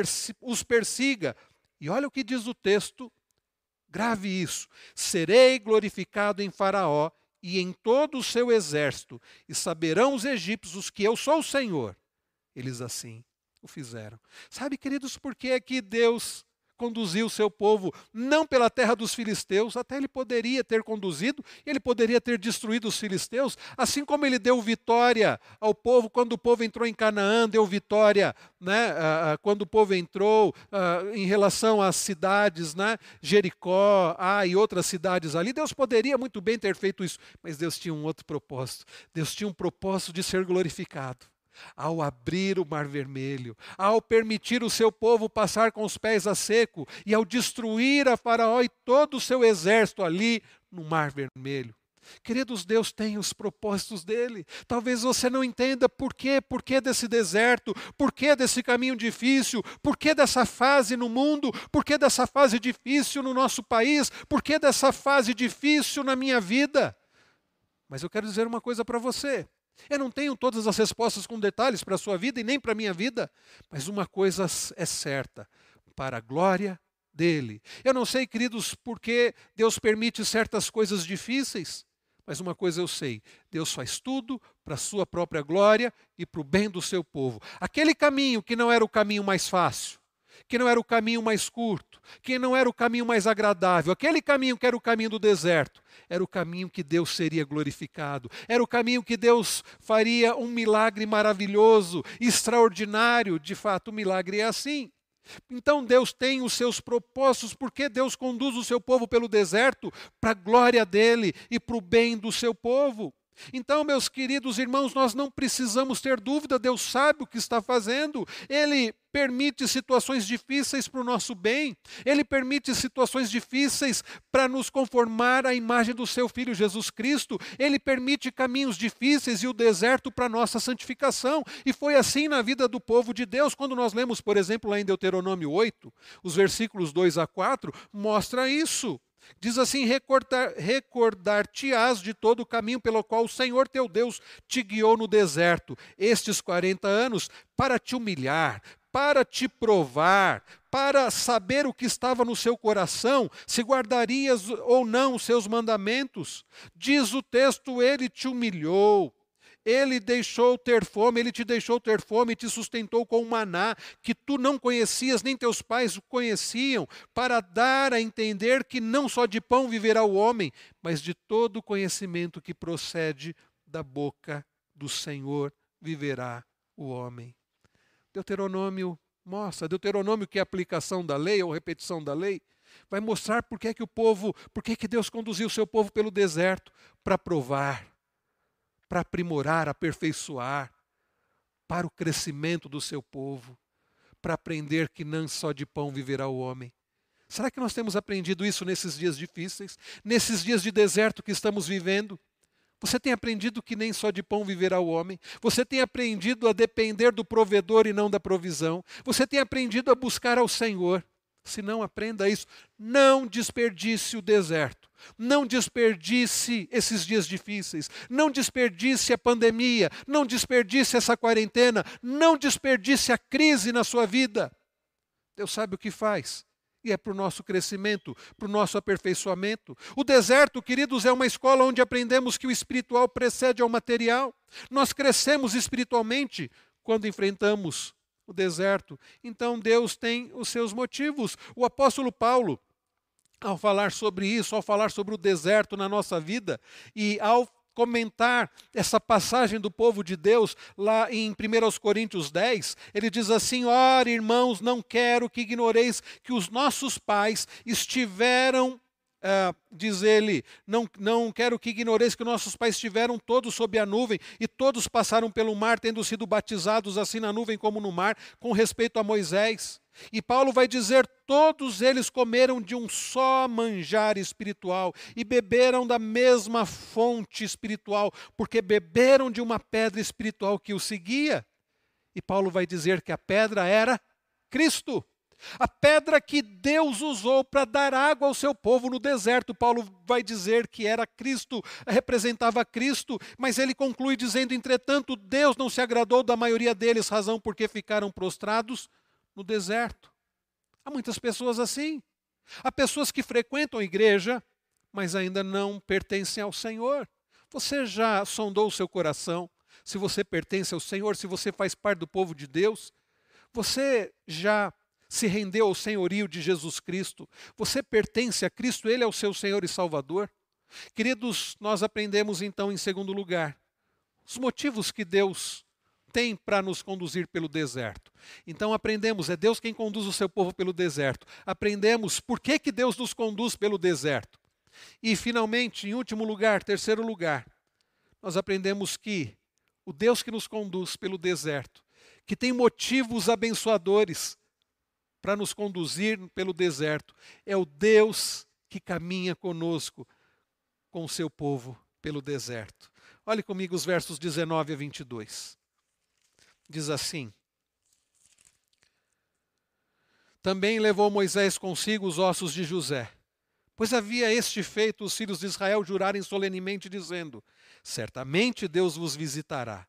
[SPEAKER 3] os persiga. E olha o que diz o texto, grave isso: serei glorificado em Faraó e em todo o seu exército, e saberão os egípcios que eu sou o Senhor. Eles assim o fizeram. Sabe, queridos, por que é que Deus conduziu o seu povo não pela terra dos filisteus, até ele poderia ter conduzido, ele poderia ter destruído os filisteus, assim como ele deu vitória ao povo quando o povo entrou em Canaã, deu vitória, né, quando o povo entrou em relação às cidades, né, Jericó, ah, e outras cidades ali. Deus poderia muito bem ter feito isso, mas Deus tinha um outro propósito. Deus tinha um propósito de ser glorificado. Ao abrir o Mar Vermelho, ao permitir o seu povo passar com os pés a seco e ao destruir a Faraó e todo o seu exército ali no Mar Vermelho. Queridos, Deus tem os propósitos dele. Talvez você não entenda por quê, por que desse deserto, por que desse caminho difícil, por que dessa fase no mundo, por que dessa fase difícil no nosso país, por que dessa fase difícil na minha vida. Mas eu quero dizer uma coisa para você. Eu não tenho todas as respostas com detalhes para a sua vida e nem para a minha vida, mas uma coisa é certa, para a glória dele. Eu não sei, queridos, por que Deus permite certas coisas difíceis, mas uma coisa eu sei, Deus faz tudo para a sua própria glória e para o bem do seu povo. Aquele caminho que não era o caminho mais fácil, que não era o caminho mais curto, que não era o caminho mais agradável, aquele caminho que era o caminho do deserto, era o caminho que Deus seria glorificado, era o caminho que Deus faria um milagre maravilhoso, extraordinário. De fato, o milagre é assim. Então Deus tem os seus propósitos, porque Deus conduz o seu povo pelo deserto para a glória dele e para o bem do seu povo. Então, meus queridos irmãos, nós não precisamos ter dúvida, Deus sabe o que está fazendo. Ele permite situações difíceis para o nosso bem. Ele permite situações difíceis para nos conformar à imagem do seu Filho Jesus Cristo. Ele permite caminhos difíceis e o deserto para a nossa santificação. E foi assim na vida do povo de Deus. Quando nós lemos, por exemplo, lá em Deuteronômio oito, os versículos dois a quatro, mostra isso. Diz assim: recordar, recordar-te-ás de todo o caminho pelo qual o Senhor teu Deus te guiou no deserto, estes quarenta anos, para te humilhar, para te provar, para saber o que estava no seu coração, se guardarias ou não os seus mandamentos. Diz o texto, ele te humilhou. Ele deixou ter fome, ele te deixou ter fome e te sustentou com o maná, que tu não conhecias, nem teus pais o conheciam, para dar a entender que não só de pão viverá o homem, mas de todo o conhecimento que procede da boca do Senhor viverá o homem. Deuteronômio mostra, Deuteronômio, que é a aplicação da lei ou repetição da lei, vai mostrar por que, é que o povo, por que, é que Deus conduziu o seu povo pelo deserto, para provar, para aprimorar, aperfeiçoar, para o crescimento do seu povo, para aprender que não só de pão viverá o homem. Será que nós temos aprendido isso nesses dias difíceis, nesses dias de deserto que estamos vivendo? Você tem aprendido que nem só de pão viverá o homem? Você tem aprendido a depender do provedor e não da provisão? Você tem aprendido a buscar ao Senhor? Se não, aprenda isso. Não desperdice o deserto. Não desperdice esses dias difíceis. Não desperdice a pandemia. Não desperdice essa quarentena. Não desperdice a crise na sua vida. Deus sabe o que faz. E é para o nosso crescimento, para o nosso aperfeiçoamento. O deserto, queridos, é uma escola onde aprendemos que o espiritual precede ao material. Nós crescemos espiritualmente quando enfrentamos o deserto. Então Deus tem os seus motivos. O apóstolo Paulo, ao falar sobre isso, ao falar sobre o deserto na nossa vida e ao comentar essa passagem do povo de Deus lá em primeira Coríntios dez, ele diz assim: ora, irmãos, não quero que ignoreis que os nossos pais estiveram Uh, diz ele, não, não quero que ignoreis que nossos pais estiveram todos sob a nuvem e todos passaram pelo mar, tendo sido batizados assim na nuvem como no mar, com respeito a Moisés. E Paulo vai dizer, todos eles comeram de um só manjar espiritual e beberam da mesma fonte espiritual, porque beberam de uma pedra espiritual que os seguia. E Paulo vai dizer que a pedra era Cristo. A pedra que Deus usou para dar água ao seu povo no deserto. Paulo vai dizer que era Cristo, representava Cristo, mas ele conclui dizendo, entretanto, Deus não se agradou da maioria deles, razão porque ficaram prostrados no deserto. Há muitas pessoas assim. Há pessoas que frequentam a igreja, mas ainda não pertencem ao Senhor. Você já sondou o seu coração? Se você pertence ao Senhor, se você faz parte do povo de Deus? Você já se rendeu ao senhorio de Jesus Cristo? Você pertence a Cristo, Ele é o seu Senhor e Salvador? Queridos, nós aprendemos então, em segundo lugar, os motivos que Deus tem para nos conduzir pelo deserto. Então aprendemos, é Deus quem conduz o seu povo pelo deserto. Aprendemos por que, que Deus nos conduz pelo deserto. E finalmente, em último lugar, terceiro lugar, nós aprendemos que o Deus que nos conduz pelo deserto, que tem motivos abençoadores para nos conduzir pelo deserto, é o Deus que caminha conosco, com o seu povo pelo deserto. Olhe comigo os versos dezenove a vinte e dois. Diz assim: Também levou Moisés consigo os ossos de José, pois havia este feito os filhos de Israel jurarem solenemente, dizendo: Certamente Deus vos visitará.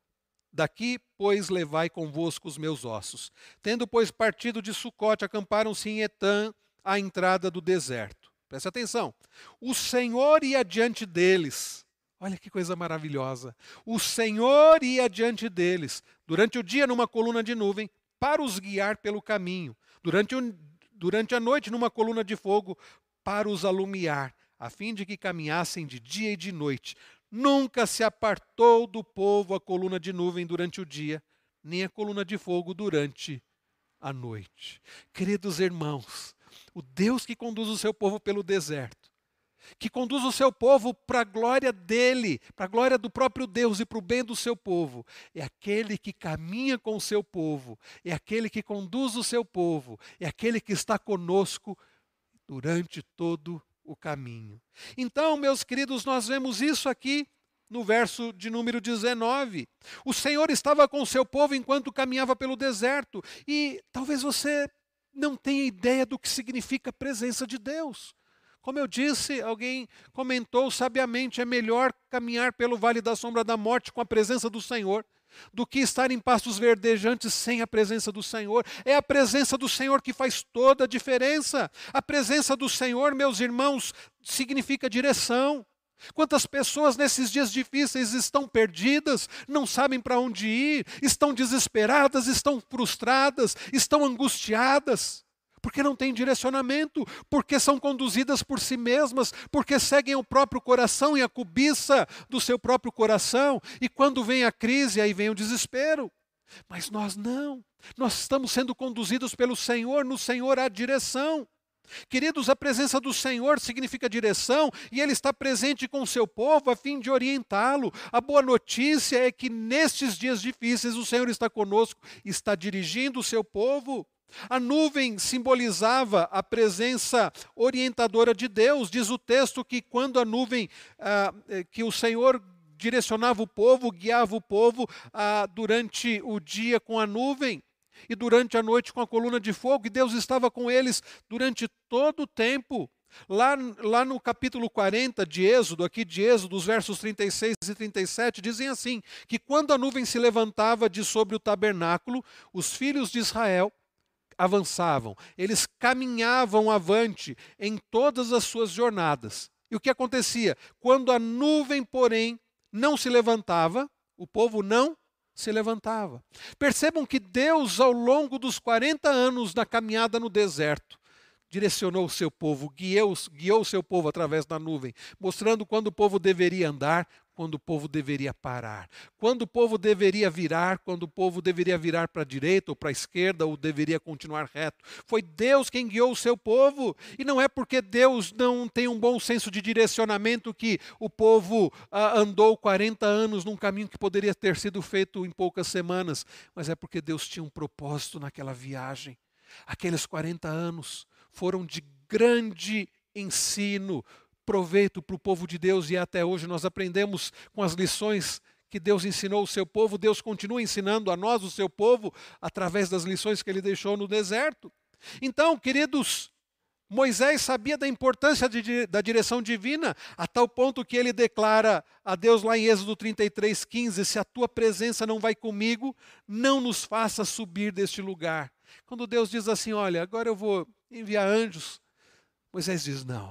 [SPEAKER 3] Daqui, pois, levai convosco os meus ossos. Tendo, pois, partido de Sucote, acamparam-se em Etã, à entrada do deserto. Preste atenção. O Senhor ia diante deles. Olha que coisa maravilhosa. O Senhor ia adiante deles, durante o dia numa coluna de nuvem, para os guiar pelo caminho. Durante, o, durante a noite numa coluna de fogo, para os alumiar, a fim de que caminhassem de dia e de noite. Nunca se apartou do povo a coluna de nuvem durante o dia, nem a coluna de fogo durante a noite. Queridos irmãos, o Deus que conduz o seu povo pelo deserto, que conduz o seu povo para a glória dele, para a glória do próprio Deus e para o bem do seu povo, é aquele que caminha com o seu povo, é aquele que conduz o seu povo, é aquele que está conosco durante todo o caminho. Então, meus queridos, nós vemos isso aqui no verso de número dezenove. O Senhor estava com o seu povo enquanto caminhava pelo deserto, e talvez você não tenha ideia do que significa a presença de Deus. Como eu disse, alguém comentou sabiamente, é melhor caminhar pelo vale da sombra da morte com a presença do Senhor, do que estar em pastos verdejantes sem a presença do Senhor. É a presença do Senhor que faz toda a diferença. A presença do Senhor, meus irmãos, significa direção. Quantas pessoas nesses dias difíceis estão perdidas, não sabem para onde ir, estão desesperadas, estão frustradas, estão angustiadas. Porque não têm direcionamento, porque são conduzidas por si mesmas, porque seguem o próprio coração e a cobiça do seu próprio coração. E quando vem a crise, aí vem o desespero. Mas nós não. Nós estamos sendo conduzidos pelo Senhor, no Senhor há direção. Queridos, a presença do Senhor significa direção, e Ele está presente com o seu povo a fim de orientá-lo. A boa notícia é que nestes dias difíceis o Senhor está conosco, está dirigindo o seu povo. A nuvem simbolizava a presença orientadora de Deus. Diz o texto que quando a nuvem, ah, que o Senhor direcionava o povo, guiava o povo ah, durante o dia com a nuvem e durante a noite com a coluna de fogo, e Deus estava com eles durante todo o tempo. Lá, lá no capítulo quarenta de Êxodo, aqui de Êxodo, os versos trinta e seis e trinta e sete, dizem assim, que quando a nuvem se levantava de sobre o tabernáculo, os filhos de Israel avançavam, eles caminhavam avante em todas as suas jornadas. E o que acontecia? Quando a nuvem, porém, não se levantava, o povo não se levantava. Percebam que Deus, ao longo dos quarenta anos da caminhada no deserto, direcionou o seu povo, guiou, guiou o seu povo através da nuvem, mostrando quando o povo deveria andar, quando o povo deveria parar, quando o povo deveria virar, quando o povo deveria virar para a direita ou para a esquerda, ou deveria continuar reto. Foi Deus quem guiou o seu povo, e não é porque Deus não tem um bom senso de direcionamento que o povo ah, andou quarenta anos num caminho que poderia ter sido feito em poucas semanas, mas é porque Deus tinha um propósito naquela viagem. Aqueles quarenta anos foram de grande ensino, proveito para o povo de Deus, e até hoje nós aprendemos com as lições que Deus ensinou o seu povo. Deus continua ensinando a nós, o seu povo, através das lições que Ele deixou no deserto. Então, queridos, Moisés sabia da importância de, da direção divina, a tal ponto que ele declara a Deus lá em Êxodo trinta e três, quinze, se a tua presença não vai comigo, não nos faça subir deste lugar. Quando Deus diz assim, olha, agora eu vou enviar anjos, Moisés diz, não.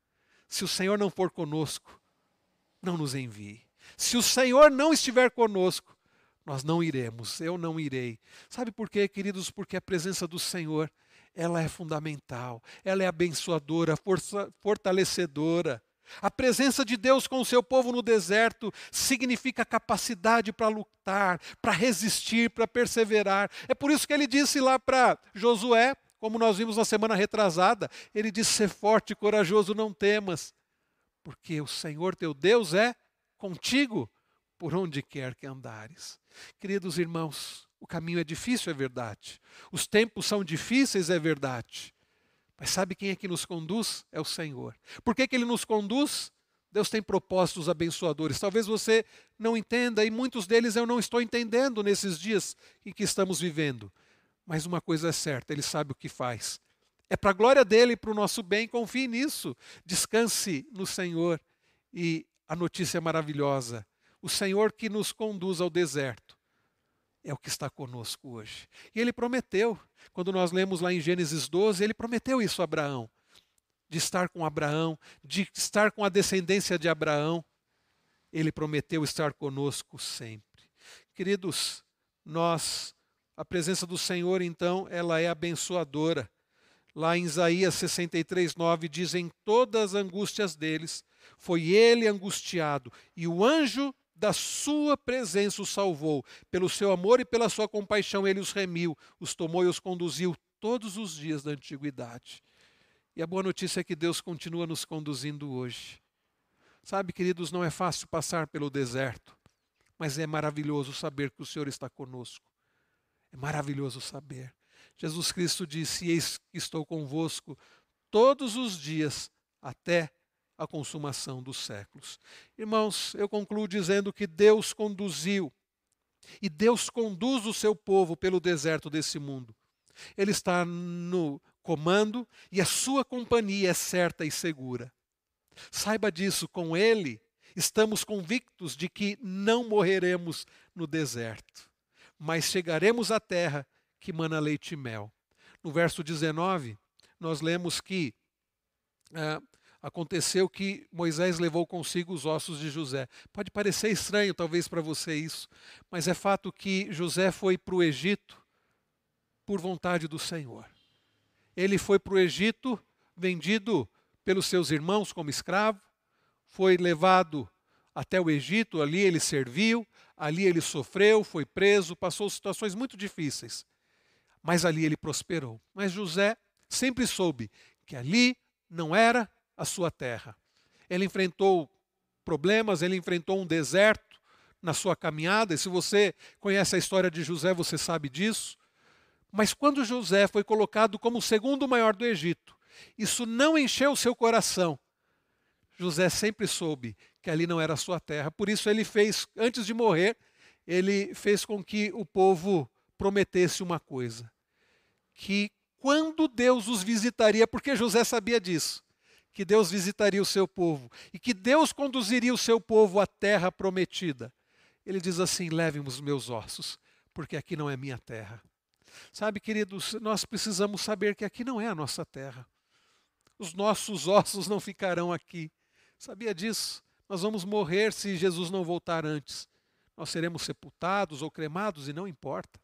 [SPEAKER 3] Se o Senhor não for conosco, não nos envie. Se o Senhor não estiver conosco, nós não iremos, eu não irei. Sabe por quê, queridos? Porque a presença do Senhor ela é fundamental, ela é abençoadora, força, fortalecedora. A presença de Deus com o seu povo no deserto significa capacidade para lutar, para resistir, para perseverar. É por isso que ele disse lá para Josué, como nós vimos na semana retrasada, ele disse: ser forte e corajoso, não temas, porque o Senhor teu Deus é contigo por onde quer que andares. Queridos irmãos, o caminho é difícil, é verdade. Os tempos são difíceis, é verdade. Mas sabe quem é que nos conduz? É o Senhor. Por que que Ele nos conduz? Deus tem propósitos abençoadores. Talvez você não entenda, e muitos deles eu não estou entendendo nesses dias em que estamos vivendo. Mas uma coisa é certa, Ele sabe o que faz. É para a glória dEle e para o nosso bem, confie nisso. Descanse no Senhor. E a notícia é maravilhosa. O Senhor que nos conduz ao deserto é o que está conosco hoje. E Ele prometeu, quando nós lemos lá em Gênesis doze, Ele prometeu isso a Abraão, de estar com Abraão, de estar com a descendência de Abraão. Ele prometeu estar conosco sempre. Queridos, nós, a presença do Senhor, então, ela é abençoadora. Lá em Isaías sessenta e três, nove, diz: em todas as angústias deles, foi ele angustiado, e o anjo da sua presença os salvou. Pelo seu amor e pela sua compaixão ele os remiu, os tomou e os conduziu todos os dias da antiguidade. E a boa notícia é que Deus continua nos conduzindo hoje. Sabe, queridos, não é fácil passar pelo deserto, mas é maravilhoso saber que o Senhor está conosco. É maravilhoso saber. Jesus Cristo disse: eis que estou convosco todos os dias até a consumação dos séculos. Irmãos, eu concluo dizendo que Deus conduziu e Deus conduz o seu povo pelo deserto desse mundo. Ele está no comando e a sua companhia é certa e segura. Saiba disso, com Ele estamos convictos de que não morreremos no deserto, mas chegaremos à terra que mana leite e mel. No verso dezenove, nós lemos que ah, aconteceu que Moisés levou consigo os ossos de José. Pode parecer estranho talvez para você isso, mas é fato que José foi para o Egito por vontade do Senhor. Ele foi para o Egito vendido pelos seus irmãos como escravo, foi levado até o Egito, ali ele serviu, ali ele sofreu, foi preso, passou situações muito difíceis, mas ali ele prosperou. Mas José sempre soube que ali não era a sua terra. Ele enfrentou problemas, ele enfrentou um deserto na sua caminhada, e se você conhece a história de José, você sabe disso. Mas quando José foi colocado como o segundo maior do Egito, isso não encheu o seu coração. José sempre soube que ali não era a sua terra. Por isso ele fez, antes de morrer, ele fez com que o povo prometesse uma coisa: que quando Deus os visitaria, porque José sabia disso, que Deus visitaria o seu povo e que Deus conduziria o seu povo à terra prometida. Ele diz assim: levem os meus ossos, porque aqui não é minha terra. Sabe, queridos, nós precisamos saber que aqui não é a nossa terra. Os nossos ossos não ficarão aqui. Sabia disso? Nós vamos morrer se Jesus não voltar antes. Nós seremos sepultados ou cremados e não importa.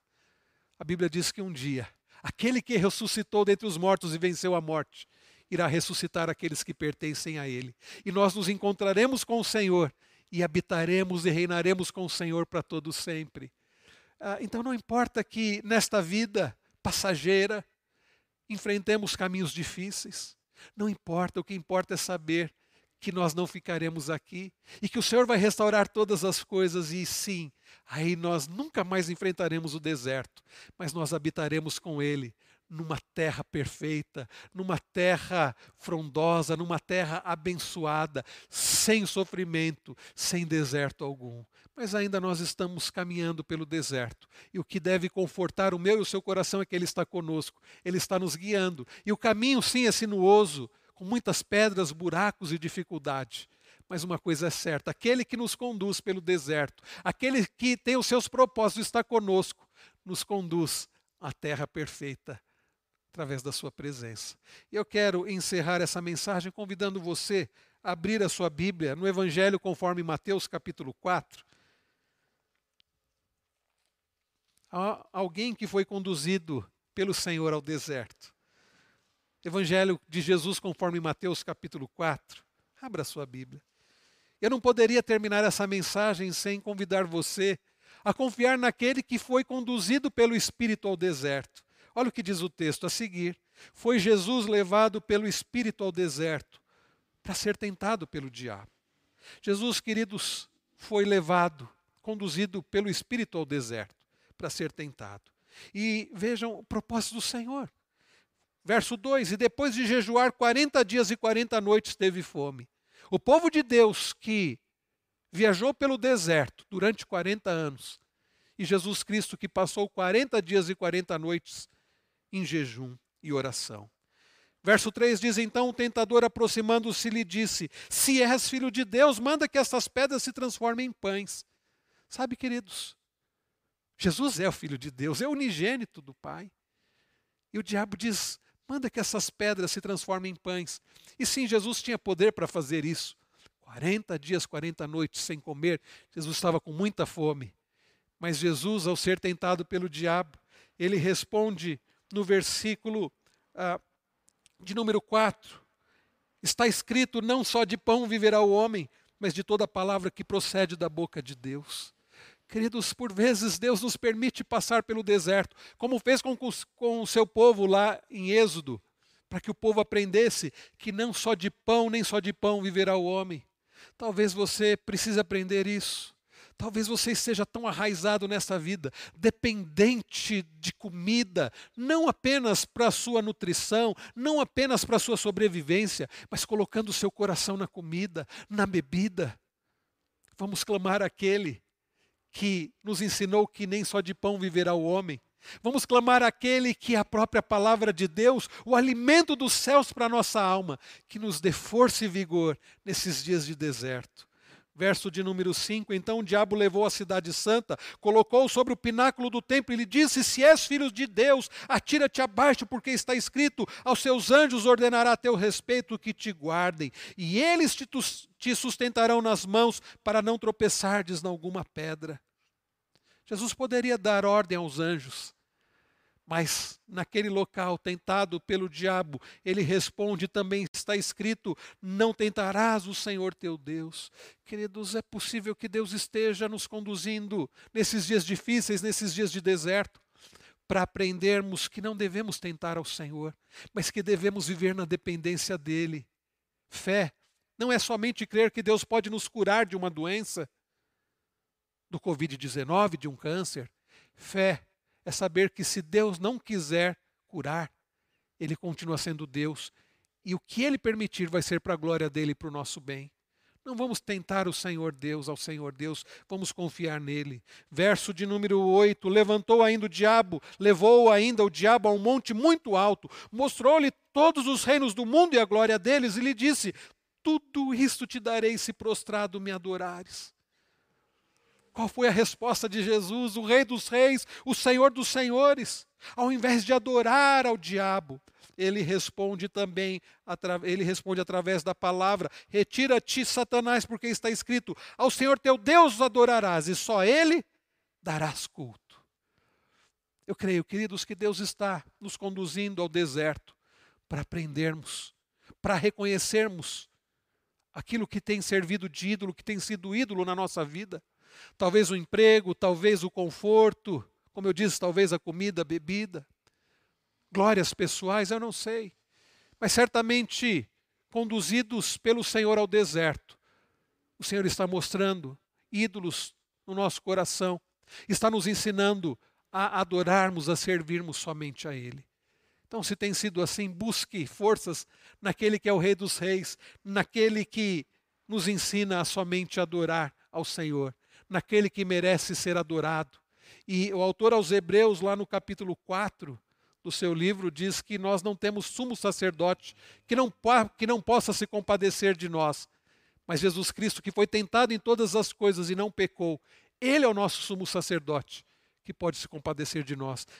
[SPEAKER 3] A Bíblia diz que um dia, aquele que ressuscitou dentre os mortos e venceu a morte, irá ressuscitar aqueles que pertencem a Ele. E nós nos encontraremos com o Senhor e habitaremos e reinaremos com o Senhor para todo sempre. Ah, então não importa que nesta vida passageira enfrentemos caminhos difíceis. Não importa, o que importa é saber que nós não ficaremos aqui e que o Senhor vai restaurar todas as coisas, e sim, aí nós nunca mais enfrentaremos o deserto, mas nós habitaremos com Ele numa terra perfeita, numa terra frondosa, numa terra abençoada, sem sofrimento, sem deserto algum. Mas ainda nós estamos caminhando pelo deserto. E o que deve confortar o meu e o seu coração é que Ele está conosco. Ele está nos guiando. E o caminho, sim, é sinuoso, com muitas pedras, buracos e dificuldade. Mas uma coisa é certa: aquele que nos conduz pelo deserto, aquele que tem os seus propósitos, está conosco, nos conduz à terra perfeita, através da sua presença. E eu quero encerrar essa mensagem convidando você a abrir a sua Bíblia no Evangelho conforme Mateus capítulo quatro. Há alguém que foi conduzido pelo Senhor ao deserto. Evangelho de Jesus conforme Mateus capítulo quatro. Abra a sua Bíblia. Eu não poderia terminar essa mensagem sem convidar você a confiar naquele que foi conduzido pelo Espírito ao deserto. Olha o que diz o texto a seguir. Foi Jesus levado pelo Espírito ao deserto para ser tentado pelo diabo. Jesus, queridos, foi levado, conduzido pelo Espírito ao deserto para ser tentado. E vejam o propósito do Senhor. Verso dois, e depois de jejuar quarenta dias e quarenta noites teve fome. O povo de Deus que viajou pelo deserto durante quarenta anos, e Jesus Cristo que passou quarenta dias e quarenta noites em jejum e oração. Verso três diz, então o tentador aproximando-se lhe disse, se és filho de Deus, manda que estas pedras se transformem em pães. Sabe, queridos, Jesus é o Filho de Deus, é o unigênito do Pai. E o diabo diz, manda que essas pedras se transformem em pães. E sim, Jesus tinha poder para fazer isso. quarenta dias, quarenta noites sem comer, Jesus estava com muita fome. Mas Jesus, ao ser tentado pelo diabo, ele responde no versículo ah, de número quatro, está escrito, não só de pão viverá o homem, mas de toda palavra que procede da boca de Deus. Queridos, por vezes Deus nos permite passar pelo deserto, como fez com, com o seu povo lá em Êxodo, para que o povo aprendesse que não só de pão, nem só de pão viverá o homem. Talvez você precise aprender isso. Talvez você esteja tão arraizado nessa vida, dependente de comida, não apenas para a sua nutrição, não apenas para a sua sobrevivência, mas colocando o seu coração na comida, na bebida. Vamos clamar àquele que nos ensinou que nem só de pão viverá o homem. Vamos clamar àquele que é a própria palavra de Deus, o alimento dos céus para a nossa alma, que nos dê força e vigor nesses dias de deserto. Verso de número cinco, então o diabo levou a cidade santa, colocou-o sobre o pináculo do templo e lhe disse, se és filho de Deus, atira-te abaixo, porque está escrito, aos seus anjos ordenará a teu respeito que te guardem, e eles te, te sustentarão nas mãos para não tropeçardes em alguma pedra. Jesus poderia dar ordem aos anjos, mas naquele local tentado pelo diabo, ele responde, também está escrito, não tentarás o Senhor teu Deus. Queridos, é possível que Deus esteja nos conduzindo nesses dias difíceis, nesses dias de deserto, para aprendermos que não devemos tentar ao Senhor, mas que devemos viver na dependência dEle. Fé não é somente crer que Deus pode nos curar de uma doença, do covid dezenove, de um câncer. Fé é saber que se Deus não quiser curar, Ele continua sendo Deus. E o que Ele permitir vai ser para a glória dEle e para o nosso bem. Não vamos tentar o Senhor Deus, ao Senhor Deus, vamos confiar nele. Verso de número oito, levantou ainda o diabo, levou ainda o diabo a um monte muito alto, mostrou-lhe todos os reinos do mundo e a glória deles, e lhe disse, tudo isto te darei se prostrado me adorares. Qual foi a resposta de Jesus, o Rei dos Reis, o Senhor dos Senhores? Ao invés de adorar ao diabo, ele responde também, ele responde através da palavra, retira-te, Satanás, porque está escrito, ao Senhor teu Deus adorarás, e só Ele darás culto. Eu creio, queridos, que Deus está nos conduzindo ao deserto para aprendermos, para reconhecermos aquilo que tem servido de ídolo, que tem sido ídolo na nossa vida. Talvez o emprego, talvez o conforto, como eu disse, talvez a comida, a bebida, glórias pessoais, eu não sei. Mas certamente, conduzidos pelo Senhor ao deserto, o Senhor está mostrando ídolos no nosso coração, está nos ensinando a adorarmos, a servirmos somente a Ele. Então, se tem sido assim, busque forças naquele que é o Rei dos Reis, naquele que nos ensina a somente adorar ao Senhor, naquele que merece ser adorado. E o autor aos Hebreus, lá no capítulo quatro do seu livro, diz que nós não temos sumo sacerdote, que não, que não possa se compadecer de nós. Mas Jesus Cristo, que foi tentado em todas as coisas e não pecou, Ele é o nosso sumo sacerdote, que pode se compadecer de nós.